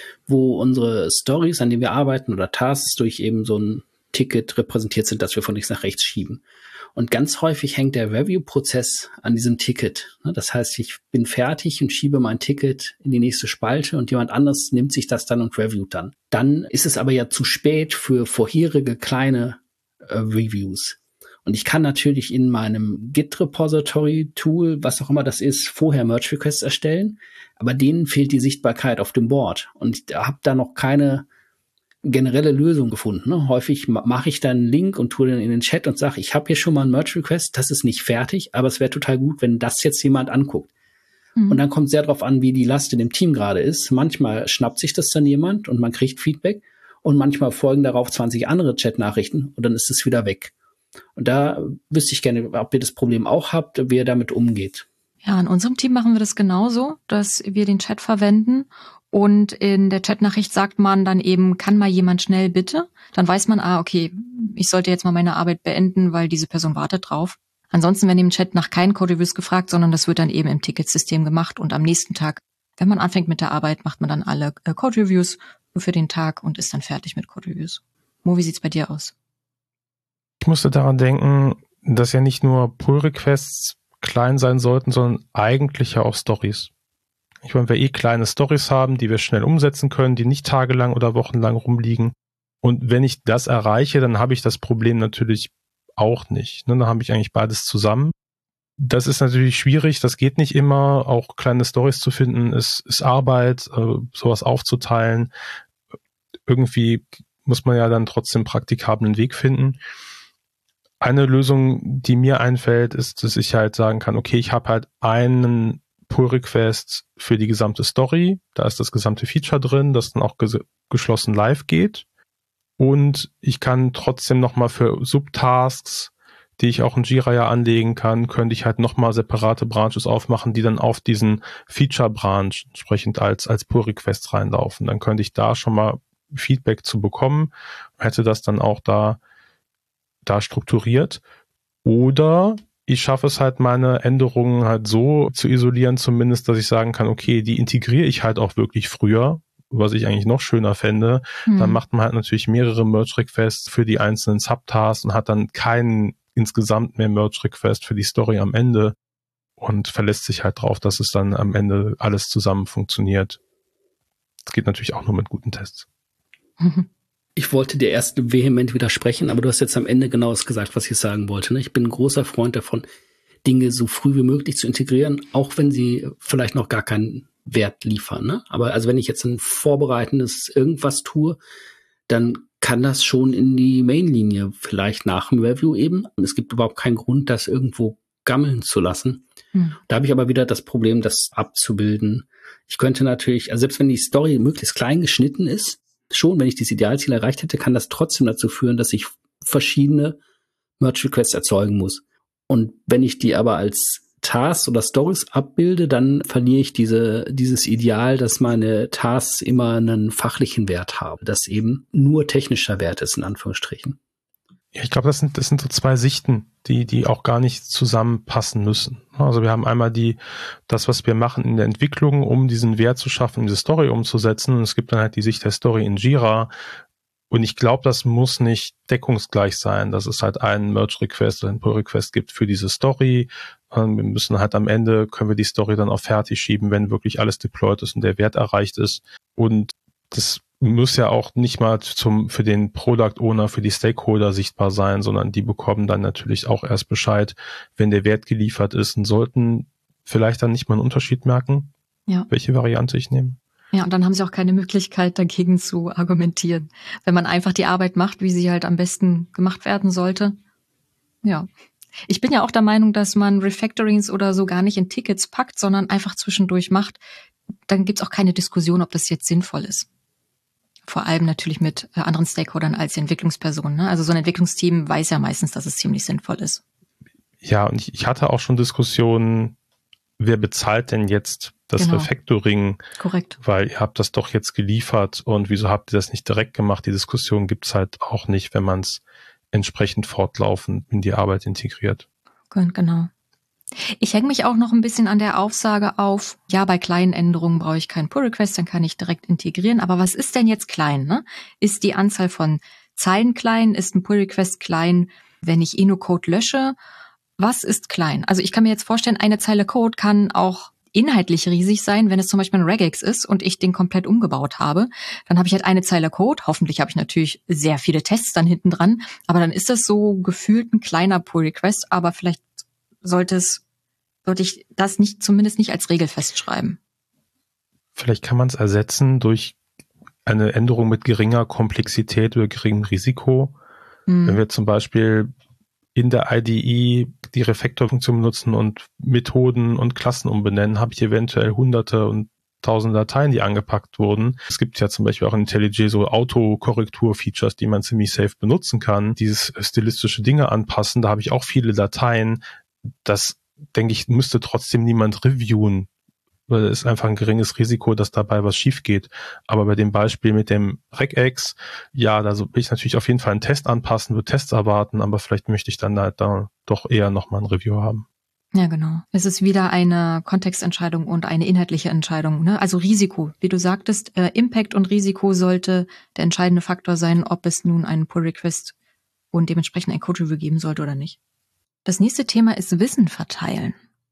S3: wo unsere Stories, an denen wir arbeiten oder Tasks durch eben so ein Ticket repräsentiert sind, dass wir von links nach rechts schieben. Und ganz häufig hängt der Review-Prozess an diesem Ticket. Das heißt, ich bin fertig und schiebe mein Ticket in die nächste Spalte und jemand anderes nimmt sich das dann und reviewt dann. Dann ist es aber ja zu spät für vorherige kleine äh, Reviews. Und ich kann natürlich in meinem Git-Repository-Tool, was auch immer das ist, vorher Merge-Requests erstellen, aber denen fehlt die Sichtbarkeit auf dem Board. Und ich habe da noch keine generelle Lösung gefunden. Ne? Häufig ma- mache ich dann einen Link und tue den in den Chat und sage, ich habe hier schon mal einen Merge-Request, das ist nicht fertig, aber es wäre total gut, wenn das jetzt jemand anguckt. Mhm. Und dann kommt sehr darauf an, wie die Last in dem Team gerade ist. Manchmal schnappt sich das dann jemand und man kriegt Feedback und manchmal folgen darauf zwanzig andere Chat-Nachrichten und dann ist es wieder weg. Und da wüsste ich gerne, ob ihr das Problem auch habt, wie ihr damit umgeht.
S1: Ja, in unserem Team machen wir das genauso, dass wir den Chat verwenden und in der Chatnachricht sagt man dann eben, kann mal jemand schnell bitte? Dann weiß man, ah, okay, ich sollte jetzt mal meine Arbeit beenden, weil diese Person wartet drauf. Ansonsten werden im Chat nach keinen Code-Reviews gefragt, sondern das wird dann eben im Ticketsystem gemacht und am nächsten Tag, wenn man anfängt mit der Arbeit, macht man dann alle äh, Code-Reviews für den Tag und ist dann fertig mit Code-Reviews. Mo, wie sieht's bei dir aus?
S2: Ich musste daran denken, dass ja nicht nur Pull-Requests klein sein sollten, sondern eigentlich ja auch Stories. Ich meine, wir eh kleine Stories haben, die wir schnell umsetzen können, die nicht tagelang oder wochenlang rumliegen. Und wenn ich das erreiche, dann habe ich das Problem natürlich auch nicht. Ne? Dann habe ich eigentlich beides zusammen. Das ist natürlich schwierig, das geht nicht immer. Auch kleine Stories zu finden, ist, ist Arbeit, äh, sowas aufzuteilen. Irgendwie muss man ja dann trotzdem praktikablen Weg finden. Eine Lösung, die mir einfällt, ist, dass ich halt sagen kann, okay, ich habe halt einen Pull-Request für die gesamte Story. Da ist das gesamte Feature drin, das dann auch ges- geschlossen live geht. Und ich kann trotzdem nochmal für Subtasks, die ich auch in Jira ja anlegen kann, könnte ich halt nochmal separate Branches aufmachen, die dann auf diesen Feature-Branch entsprechend als, als Pull-Request reinlaufen. Dann könnte ich da schon mal Feedback zu bekommen, hätte das dann auch da da strukturiert, oder ich schaffe es halt, meine Änderungen halt so zu isolieren zumindest, dass ich sagen kann, okay, die integriere ich halt auch wirklich früher, was ich eigentlich noch schöner fände. Hm. Dann macht man halt natürlich mehrere Merge-Requests für die einzelnen Subtasks und hat dann keinen insgesamt mehr Merge-Request für die Story am Ende und verlässt sich halt drauf, dass es dann am Ende alles zusammen funktioniert. Das geht natürlich auch nur mit guten Tests.
S3: Mhm. Ich wollte dir erst vehement widersprechen, aber du hast jetzt am Ende genau das gesagt, was ich sagen wollte. Ne? Ich bin ein großer Freund davon, Dinge so früh wie möglich zu integrieren, auch wenn sie vielleicht noch gar keinen Wert liefern. Ne? Aber also wenn ich jetzt ein vorbereitendes irgendwas tue, dann kann das schon in die Mainlinie, vielleicht nach dem Review eben. Und es gibt überhaupt keinen Grund, das irgendwo gammeln zu lassen. Hm. Da habe ich aber wieder das Problem, das abzubilden. Ich könnte natürlich, also selbst wenn die Story möglichst klein geschnitten ist, schon, wenn ich dieses Idealziel erreicht hätte, kann das trotzdem dazu führen, dass ich verschiedene Merge-Requests erzeugen muss. Und wenn ich die aber als Tasks oder Stories abbilde, dann verliere ich diese, dieses Ideal, dass meine Tasks immer einen fachlichen Wert haben, dass eben nur technischer Wert ist, in Anführungsstrichen.
S2: Ja, ich glaube, das sind, das sind so zwei Sichten, die, die auch gar nicht zusammenpassen müssen. Also wir haben einmal die, das, was wir machen in der Entwicklung, um diesen Wert zu schaffen, um diese Story umzusetzen. Und es gibt dann halt die Sicht der Story in Jira. Und ich glaube, das muss nicht deckungsgleich sein, dass es halt einen Merge-Request oder einen Pull-Request gibt für diese Story. Wir müssen halt am Ende, können wir die Story dann auf fertig schieben, wenn wirklich alles deployed ist und der Wert erreicht ist. Und das muss ja auch nicht mal zum für den Product Owner, für die Stakeholder sichtbar sein, sondern die bekommen dann natürlich auch erst Bescheid, wenn der Wert geliefert ist, und sollten vielleicht dann nicht mal einen Unterschied merken, ja, welche Variante ich nehme.
S1: Ja, und dann haben sie auch keine Möglichkeit, dagegen zu argumentieren. Wenn man einfach die Arbeit macht, wie sie halt am besten gemacht werden sollte. Ja. Ich bin ja auch der Meinung, dass man Refactorings oder so gar nicht in Tickets packt, sondern einfach zwischendurch macht. Dann gibt's auch keine Diskussion, ob das jetzt sinnvoll ist. Vor allem natürlich mit äh, anderen Stakeholdern als die Entwicklungspersonen. Ne? Also so ein Entwicklungsteam weiß ja meistens, dass es ziemlich sinnvoll ist.
S2: Ja, und ich, ich hatte auch schon Diskussionen, wer bezahlt denn jetzt das genau. Refactoring?
S1: Korrekt.
S2: Weil ihr habt das doch jetzt geliefert und wieso habt ihr das nicht direkt gemacht? Die Diskussion gibt's halt auch nicht, wenn man es entsprechend fortlaufend in die Arbeit integriert.
S1: Genau. Ich hänge mich auch noch ein bisschen an der Aussage auf, ja, bei kleinen Änderungen brauche ich keinen Pull-Request, dann kann ich direkt integrieren. Aber was ist denn jetzt klein? Ne? Ist die Anzahl von Zeilen klein? Ist ein Pull-Request klein, wenn ich eh nur Code lösche? Was ist klein? Also ich kann mir jetzt vorstellen, eine Zeile Code kann auch inhaltlich riesig sein, wenn es zum Beispiel ein Regex ist und ich den komplett umgebaut habe. Dann habe ich halt eine Zeile Code. Hoffentlich habe ich natürlich sehr viele Tests dann hinten dran. Aber dann ist das so gefühlt ein kleiner Pull-Request. Aber vielleicht sollte es, sollte ich das nicht, zumindest nicht als Regel festschreiben.
S2: Vielleicht kann man es ersetzen durch eine Änderung mit geringer Komplexität oder geringem Risiko. Hm. Wenn wir zum Beispiel in der I D E die Refactor-Funktion benutzen und Methoden und Klassen umbenennen, habe ich eventuell hunderte und tausende Dateien, die angepackt wurden. Es gibt ja zum Beispiel auch in IntelliJ so Autokorrektur-Features, die man ziemlich safe benutzen kann. Dieses stilistische Dinge anpassen, da habe ich auch viele Dateien. Das denke ich, müsste trotzdem niemand reviewen, weil es ist einfach ein geringes Risiko, dass dabei was schief geht. Aber bei dem Beispiel mit dem Regex, ja, da will ich natürlich auf jeden Fall einen Test anpassen, würde Tests erwarten, aber vielleicht möchte ich dann halt da doch eher nochmal ein Review haben.
S1: Ja, genau. Es ist wieder eine Kontextentscheidung und eine inhaltliche Entscheidung, ne? Also Risiko, wie du sagtest, äh, Impact und Risiko sollte der entscheidende Faktor sein, ob es nun einen Pull-Request und dementsprechend ein Code-Review geben sollte oder nicht. Das nächste Thema ist Wissen verteilen.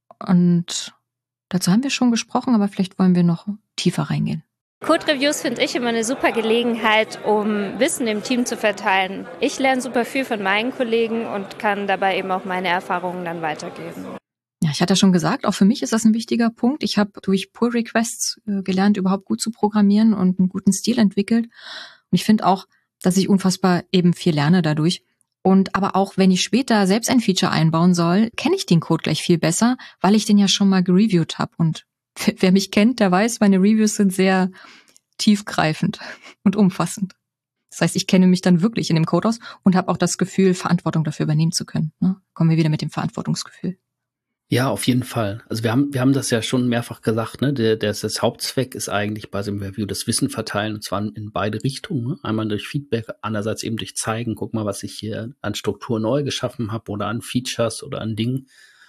S1: Und dazu haben wir schon gesprochen, aber vielleicht wollen wir noch tiefer reingehen.
S14: Code-Reviews finde ich immer eine super Gelegenheit, um Wissen im Team zu verteilen. Ich lerne super viel von meinen Kollegen und kann dabei eben auch meine Erfahrungen dann weitergeben.
S1: Ja, ich hatte ja schon gesagt, auch für mich ist das ein wichtiger Punkt. Ich habe durch Pull-Requests äh, gelernt, überhaupt gut zu programmieren und einen guten Stil entwickelt. Und ich finde auch, dass ich unfassbar eben viel lerne dadurch. Und aber auch, wenn ich später selbst ein Feature einbauen soll, kenne ich den Code gleich viel besser, weil ich den ja schon mal gereviewt habe. Und wer mich kennt, der weiß, meine Reviews sind sehr tiefgreifend und umfassend. Das heißt, ich kenne mich dann wirklich in dem Code aus und habe auch das Gefühl, Verantwortung dafür übernehmen zu können. Ne? Kommen wir wieder mit dem Verantwortungsgefühl.
S3: Ja, auf jeden Fall. Also wir haben wir haben das ja schon mehrfach gesagt, ne? Der, der das Hauptzweck ist eigentlich bei so einem Review das Wissen verteilen, und zwar in beide Richtungen. Ne? Einmal durch Feedback, andererseits eben durch zeigen, guck mal, was ich hier an Struktur neu geschaffen habe oder an Features oder an Dingen.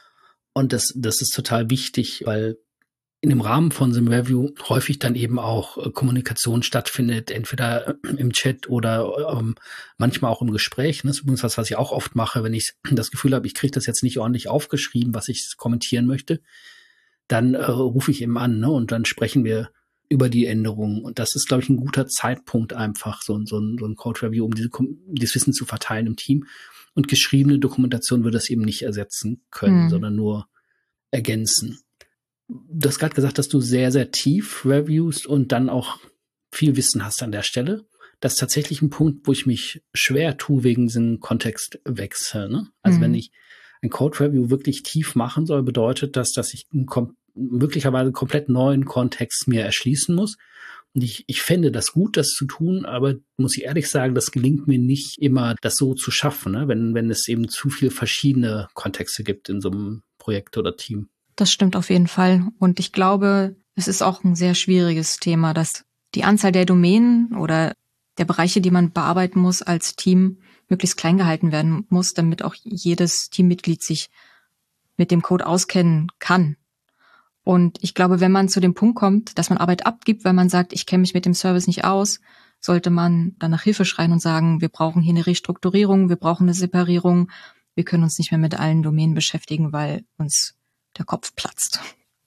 S3: Und das das ist total wichtig, weil in dem Rahmen von so einem Review häufig dann eben auch äh, Kommunikation stattfindet, entweder äh, im Chat oder ähm, manchmal auch im Gespräch. Ne? Das ist übrigens was, was ich auch oft mache, wenn ich das Gefühl habe, ich kriege das jetzt nicht ordentlich aufgeschrieben, was ich kommentieren möchte, dann äh, rufe ich eben an, ne? Und dann sprechen wir über die Änderungen. Und das ist, glaube ich, ein guter Zeitpunkt einfach, so, so, ein, so ein Code-Review, um diese, dieses Wissen zu verteilen im Team. Und geschriebene Dokumentation würde das eben nicht ersetzen können, mhm. sondern nur ergänzen. Du hast gerade gesagt, dass du sehr, sehr tief reviewst und dann auch viel Wissen hast an der Stelle. Das ist tatsächlich ein Punkt, wo ich mich schwer tue wegen diesem Kontextwechsel. Ne? Also mhm. wenn ich ein Code-Review wirklich tief machen soll, bedeutet das, dass ich einen kom- möglicherweise komplett neuen Kontext mir erschließen muss. Und ich, ich fände das gut, das zu tun, aber muss ich ehrlich sagen, das gelingt mir nicht immer, das so zu schaffen, ne? wenn, wenn es eben zu viele verschiedene Kontexte gibt in so einem Projekt oder Team.
S1: Das stimmt auf jeden Fall. Und ich glaube, es ist auch ein sehr schwieriges Thema, dass die Anzahl der Domänen oder der Bereiche, die man bearbeiten muss als Team, möglichst klein gehalten werden muss, damit auch jedes Teammitglied sich mit dem Code auskennen kann. Und ich glaube, wenn man zu dem Punkt kommt, dass man Arbeit abgibt, weil man sagt, ich kenne mich mit dem Service nicht aus, sollte man dann nach Hilfe schreien und sagen, wir brauchen hier eine Restrukturierung, wir brauchen eine Separierung, wir können uns nicht mehr mit allen Domänen beschäftigen, weil uns der Kopf platzt.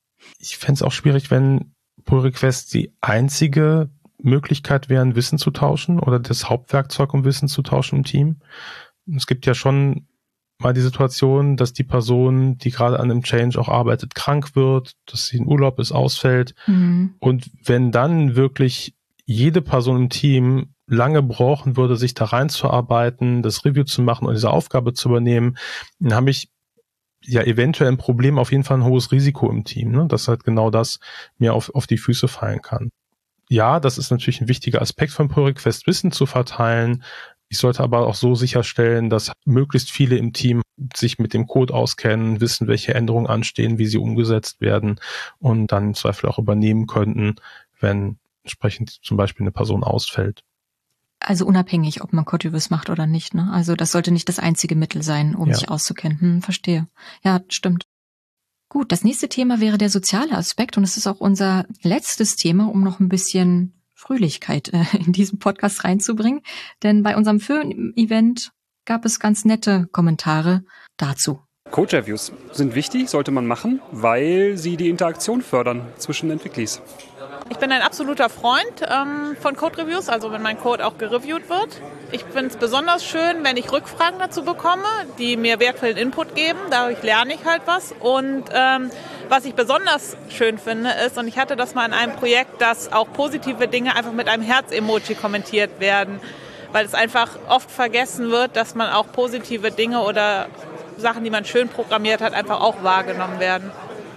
S2: Ich fände es auch schwierig, wenn Pull-Requests die einzige Möglichkeit wären, Wissen zu tauschen oder das Hauptwerkzeug, um Wissen zu tauschen im Team. Es gibt ja schon mal die Situation, dass die Person, die gerade an einem Change auch arbeitet, krank wird, dass sie in Urlaub ist, ausfällt. Mhm. Und wenn dann wirklich jede Person im Team lange brauchen würde, sich da reinzuarbeiten, das Review zu machen und diese Aufgabe zu übernehmen, dann habe ich ja eventuell ein Problem, auf jeden Fall ein hohes Risiko im Team, ne? Dass halt genau das mir auf, auf die Füße fallen kann. Ja, das ist natürlich ein wichtiger Aspekt von Pull-Request, Wissen zu verteilen. Ich sollte aber auch so sicherstellen, dass möglichst viele im Team sich mit dem Code auskennen, wissen, welche Änderungen anstehen, wie sie umgesetzt werden und dann im Zweifel auch übernehmen könnten, wenn entsprechend zum Beispiel eine Person ausfällt.
S1: Also unabhängig, ob man Code-Reviews macht oder nicht, ne? Also das sollte nicht das einzige Mittel sein, um ja. sich auszukennen. Hm, verstehe. Ja, stimmt. Gut, das nächste Thema wäre der soziale Aspekt und es ist auch unser letztes Thema, um noch ein bisschen Fröhlichkeit äh, in diesen Podcast reinzubringen. Denn bei unserem Firmen-Event gab es ganz nette Kommentare dazu.
S15: Code-Reviews sind wichtig, sollte man machen, weil sie die Interaktion fördern zwischen Entwicklern.
S16: Ich bin ein absoluter Freund ähm, von Code-Reviews, also wenn mein Code auch gereviewt wird. Ich finde es besonders schön, wenn ich Rückfragen dazu bekomme, die mir wertvollen Input geben. Dadurch lerne ich halt was. Und ähm, was ich besonders schön finde, ist, und ich hatte das mal in einem Projekt, dass auch positive Dinge einfach mit einem Herz-Emoji kommentiert werden. Weil es einfach oft vergessen wird, dass man auch positive Dinge oder Sachen, die man schön programmiert hat, einfach auch wahrgenommen werden.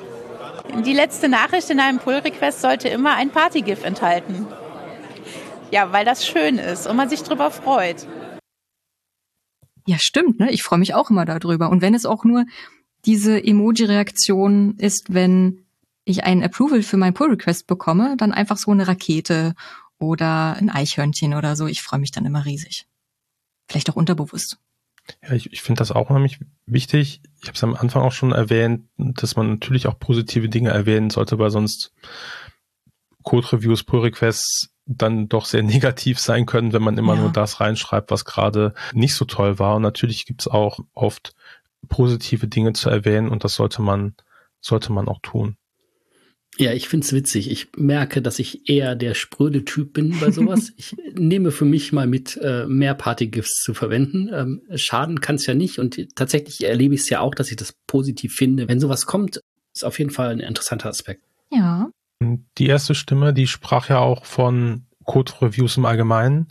S13: Die letzte Nachricht in einem Pull-Request sollte immer ein Party-GIF enthalten. Ja, weil das schön ist und man sich drüber freut.
S1: Ja, stimmt, ne? Ich freue mich auch immer darüber. Und wenn es auch nur diese Emoji-Reaktion ist, wenn ich einen Approval für mein Pull-Request bekomme, dann einfach so eine Rakete oder ein Eichhörnchen oder so. Ich freue mich dann immer riesig. Vielleicht auch unterbewusst.
S2: Ja, ich, ich finde das auch unheimlich wichtig. Ich habe es am Anfang auch schon erwähnt, dass man natürlich auch positive Dinge erwähnen sollte, weil sonst Code-Reviews, Pull-Requests dann doch sehr negativ sein können, wenn man immer ja. nur das reinschreibt, was gerade nicht so toll war. Und natürlich gibt es auch oft positive Dinge zu erwähnen und das sollte man, sollte man auch tun.
S3: Ja, ich find's witzig. Ich merke, dass ich eher der spröde Typ bin bei sowas. Ich nehme für mich mal mit, äh, mehr Party-GIFs zu verwenden. Ähm, schaden kann's ja nicht und tatsächlich erlebe ich es ja auch, dass ich das positiv finde. Wenn sowas kommt, ist auf jeden Fall ein interessanter Aspekt.
S1: Ja.
S2: Die erste Stimme, die sprach ja auch von Code-Reviews im Allgemeinen.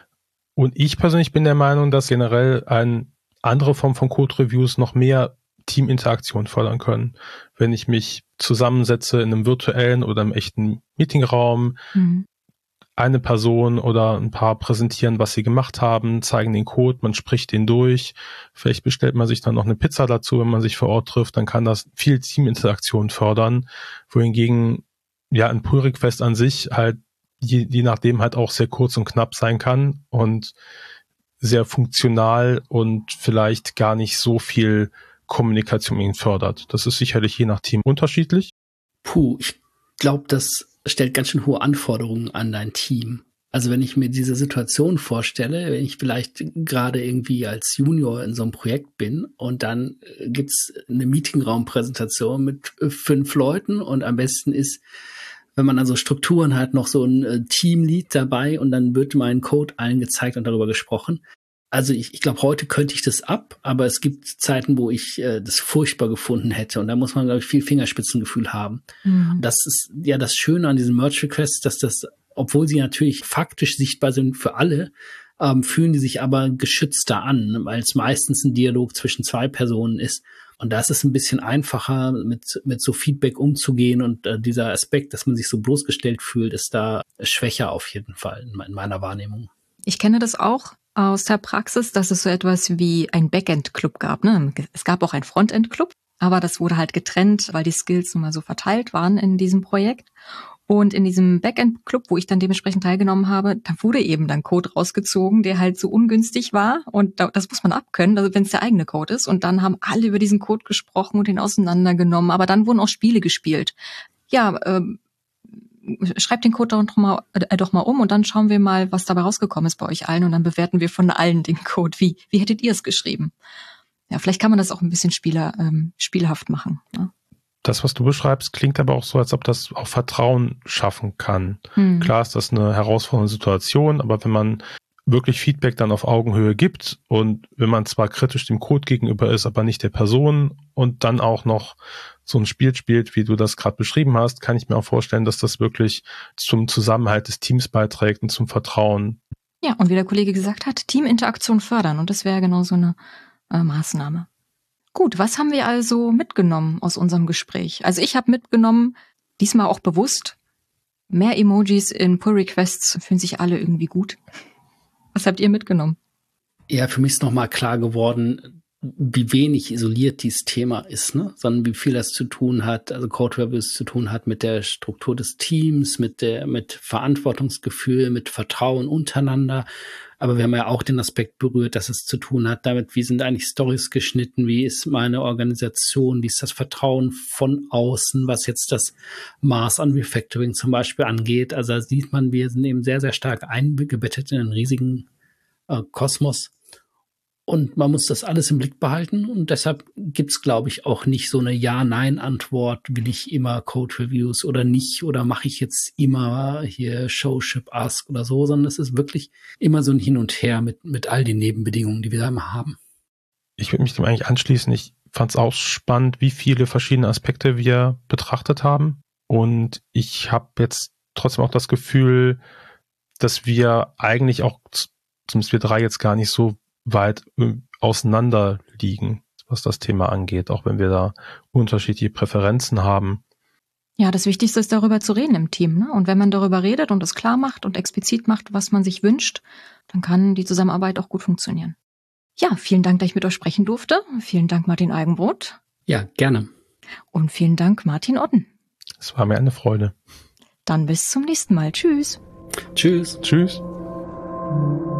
S2: Und ich persönlich bin der Meinung, dass generell eine andere Form von Code-Reviews noch mehr Teaminteraktion fördern können. Wenn ich mich zusammensetze in einem virtuellen oder im echten Meetingraum, mhm. eine Person oder ein paar präsentieren, was sie gemacht haben, zeigen den Code, man spricht den durch, vielleicht bestellt man sich dann noch eine Pizza dazu, wenn man sich vor Ort trifft, dann kann das viel Teaminteraktion fördern, wohingegen ja ein Pull-Request an sich halt je, je nachdem halt auch sehr kurz und knapp sein kann und sehr funktional und vielleicht gar nicht so viel Kommunikation ihn fördert. Das ist sicherlich je nach Team unterschiedlich.
S3: Puh, ich glaube, das stellt ganz schön hohe Anforderungen an dein Team. Also wenn ich mir diese Situation vorstelle, wenn ich vielleicht gerade irgendwie als Junior in so einem Projekt bin und dann gibt's eine Meetingraumpräsentation mit fünf Leuten und am besten ist, wenn man also Strukturen hat, noch so ein Teamlead dabei und dann wird mein Code allen gezeigt und darüber gesprochen. Also ich, ich glaube, heute könnte ich das ab, aber es gibt Zeiten, wo ich äh, das furchtbar gefunden hätte. Und da muss man, glaube ich, viel Fingerspitzengefühl haben. Mhm. Das ist ja das Schöne an diesen Merge-Requests, dass das, obwohl sie natürlich faktisch sichtbar sind für alle, ähm, fühlen die sich aber geschützter an, weil es meistens ein Dialog zwischen zwei Personen ist. Und da ist es ein bisschen einfacher, mit mit so Feedback umzugehen. Und äh, dieser Aspekt, dass man sich so bloßgestellt fühlt, ist da schwächer auf jeden Fall in, in meiner Wahrnehmung.
S1: Ich kenne das auch aus der Praxis, dass es so etwas wie ein Backend-Club gab. Ne? Es gab auch einen Frontend-Club, aber das wurde halt getrennt, weil die Skills nun mal so verteilt waren in diesem Projekt. Und in diesem Backend-Club, wo ich dann dementsprechend teilgenommen habe, da wurde eben dann Code rausgezogen, der halt so ungünstig war. Und das muss man abkönnen, also wenn es der eigene Code ist. Und dann haben alle über diesen Code gesprochen und den auseinandergenommen. Aber dann wurden auch Spiele gespielt. Ja, ähm, schreibt den Code doch mal, äh, doch mal um und dann schauen wir mal, was dabei rausgekommen ist bei euch allen und dann bewerten wir von allen den Code. Wie, wie hättet ihr es geschrieben? Ja, vielleicht kann man das auch ein bisschen spieler, ähm, spielhaft machen. Ne?
S2: Das, was du beschreibst, klingt aber auch so, als ob das auch Vertrauen schaffen kann. Hm. Klar ist das eine herausfordernde Situation, aber wenn man wirklich Feedback dann auf Augenhöhe gibt und wenn man zwar kritisch dem Code gegenüber ist, aber nicht der Person und dann auch noch so ein Spiel spielt, wie du das gerade beschrieben hast, kann ich mir auch vorstellen, dass das wirklich zum Zusammenhalt des Teams beiträgt und zum Vertrauen.
S1: Ja, und wie der Kollege gesagt hat, Teaminteraktion fördern und das wäre genau so eine äh, Maßnahme. Gut, was haben wir also mitgenommen aus unserem Gespräch? Also ich habe mitgenommen, diesmal auch bewusst, mehr Emojis in Pull-Requests fühlen sich alle irgendwie gut. Was habt ihr mitgenommen?
S3: Ja, für mich ist nochmal klar geworden, wie wenig isoliert dieses Thema ist, ne? Sondern wie viel das zu tun hat, also Code Reviews zu tun hat mit der Struktur des Teams, mit der, mit Verantwortungsgefühl, mit Vertrauen untereinander. Aber wir haben ja auch den Aspekt berührt, dass es zu tun hat damit, wie sind eigentlich Storys geschnitten, wie ist meine Organisation, wie ist das Vertrauen von außen, was jetzt das Maß an Refactoring zum Beispiel angeht. Also da sieht man, wir sind eben sehr, sehr stark eingebettet in einen riesigen äh, Kosmos. Und man muss das alles im Blick behalten und deshalb gibt's, glaube ich, auch nicht so eine Ja-Nein-Antwort, will ich immer Code-Reviews oder nicht oder mache ich jetzt immer hier Show, Ship, Ask oder so, sondern es ist wirklich immer so ein Hin und Her mit, mit all den Nebenbedingungen, die wir da immer haben.
S2: Ich würde mich dem eigentlich anschließen. Ich fand es auch spannend, wie viele verschiedene Aspekte wir betrachtet haben und ich habe jetzt trotzdem auch das Gefühl, dass wir eigentlich auch, zumindest wir drei jetzt gar nicht so weit auseinander liegen, was das Thema angeht, auch wenn wir da unterschiedliche Präferenzen haben.
S1: Ja, das Wichtigste ist, darüber zu reden im Team, ne? Und wenn man darüber redet und es klar macht und explizit macht, was man sich wünscht, dann kann die Zusammenarbeit auch gut funktionieren. Ja, vielen Dank, dass ich mit euch sprechen durfte. Vielen Dank, Martin Eigenbrot.
S3: Ja, gerne.
S1: Und vielen Dank, Martin Otten.
S2: Es war mir eine Freude.
S1: Dann bis zum nächsten Mal. Tschüss.
S3: Tschüss.
S2: Tschüss.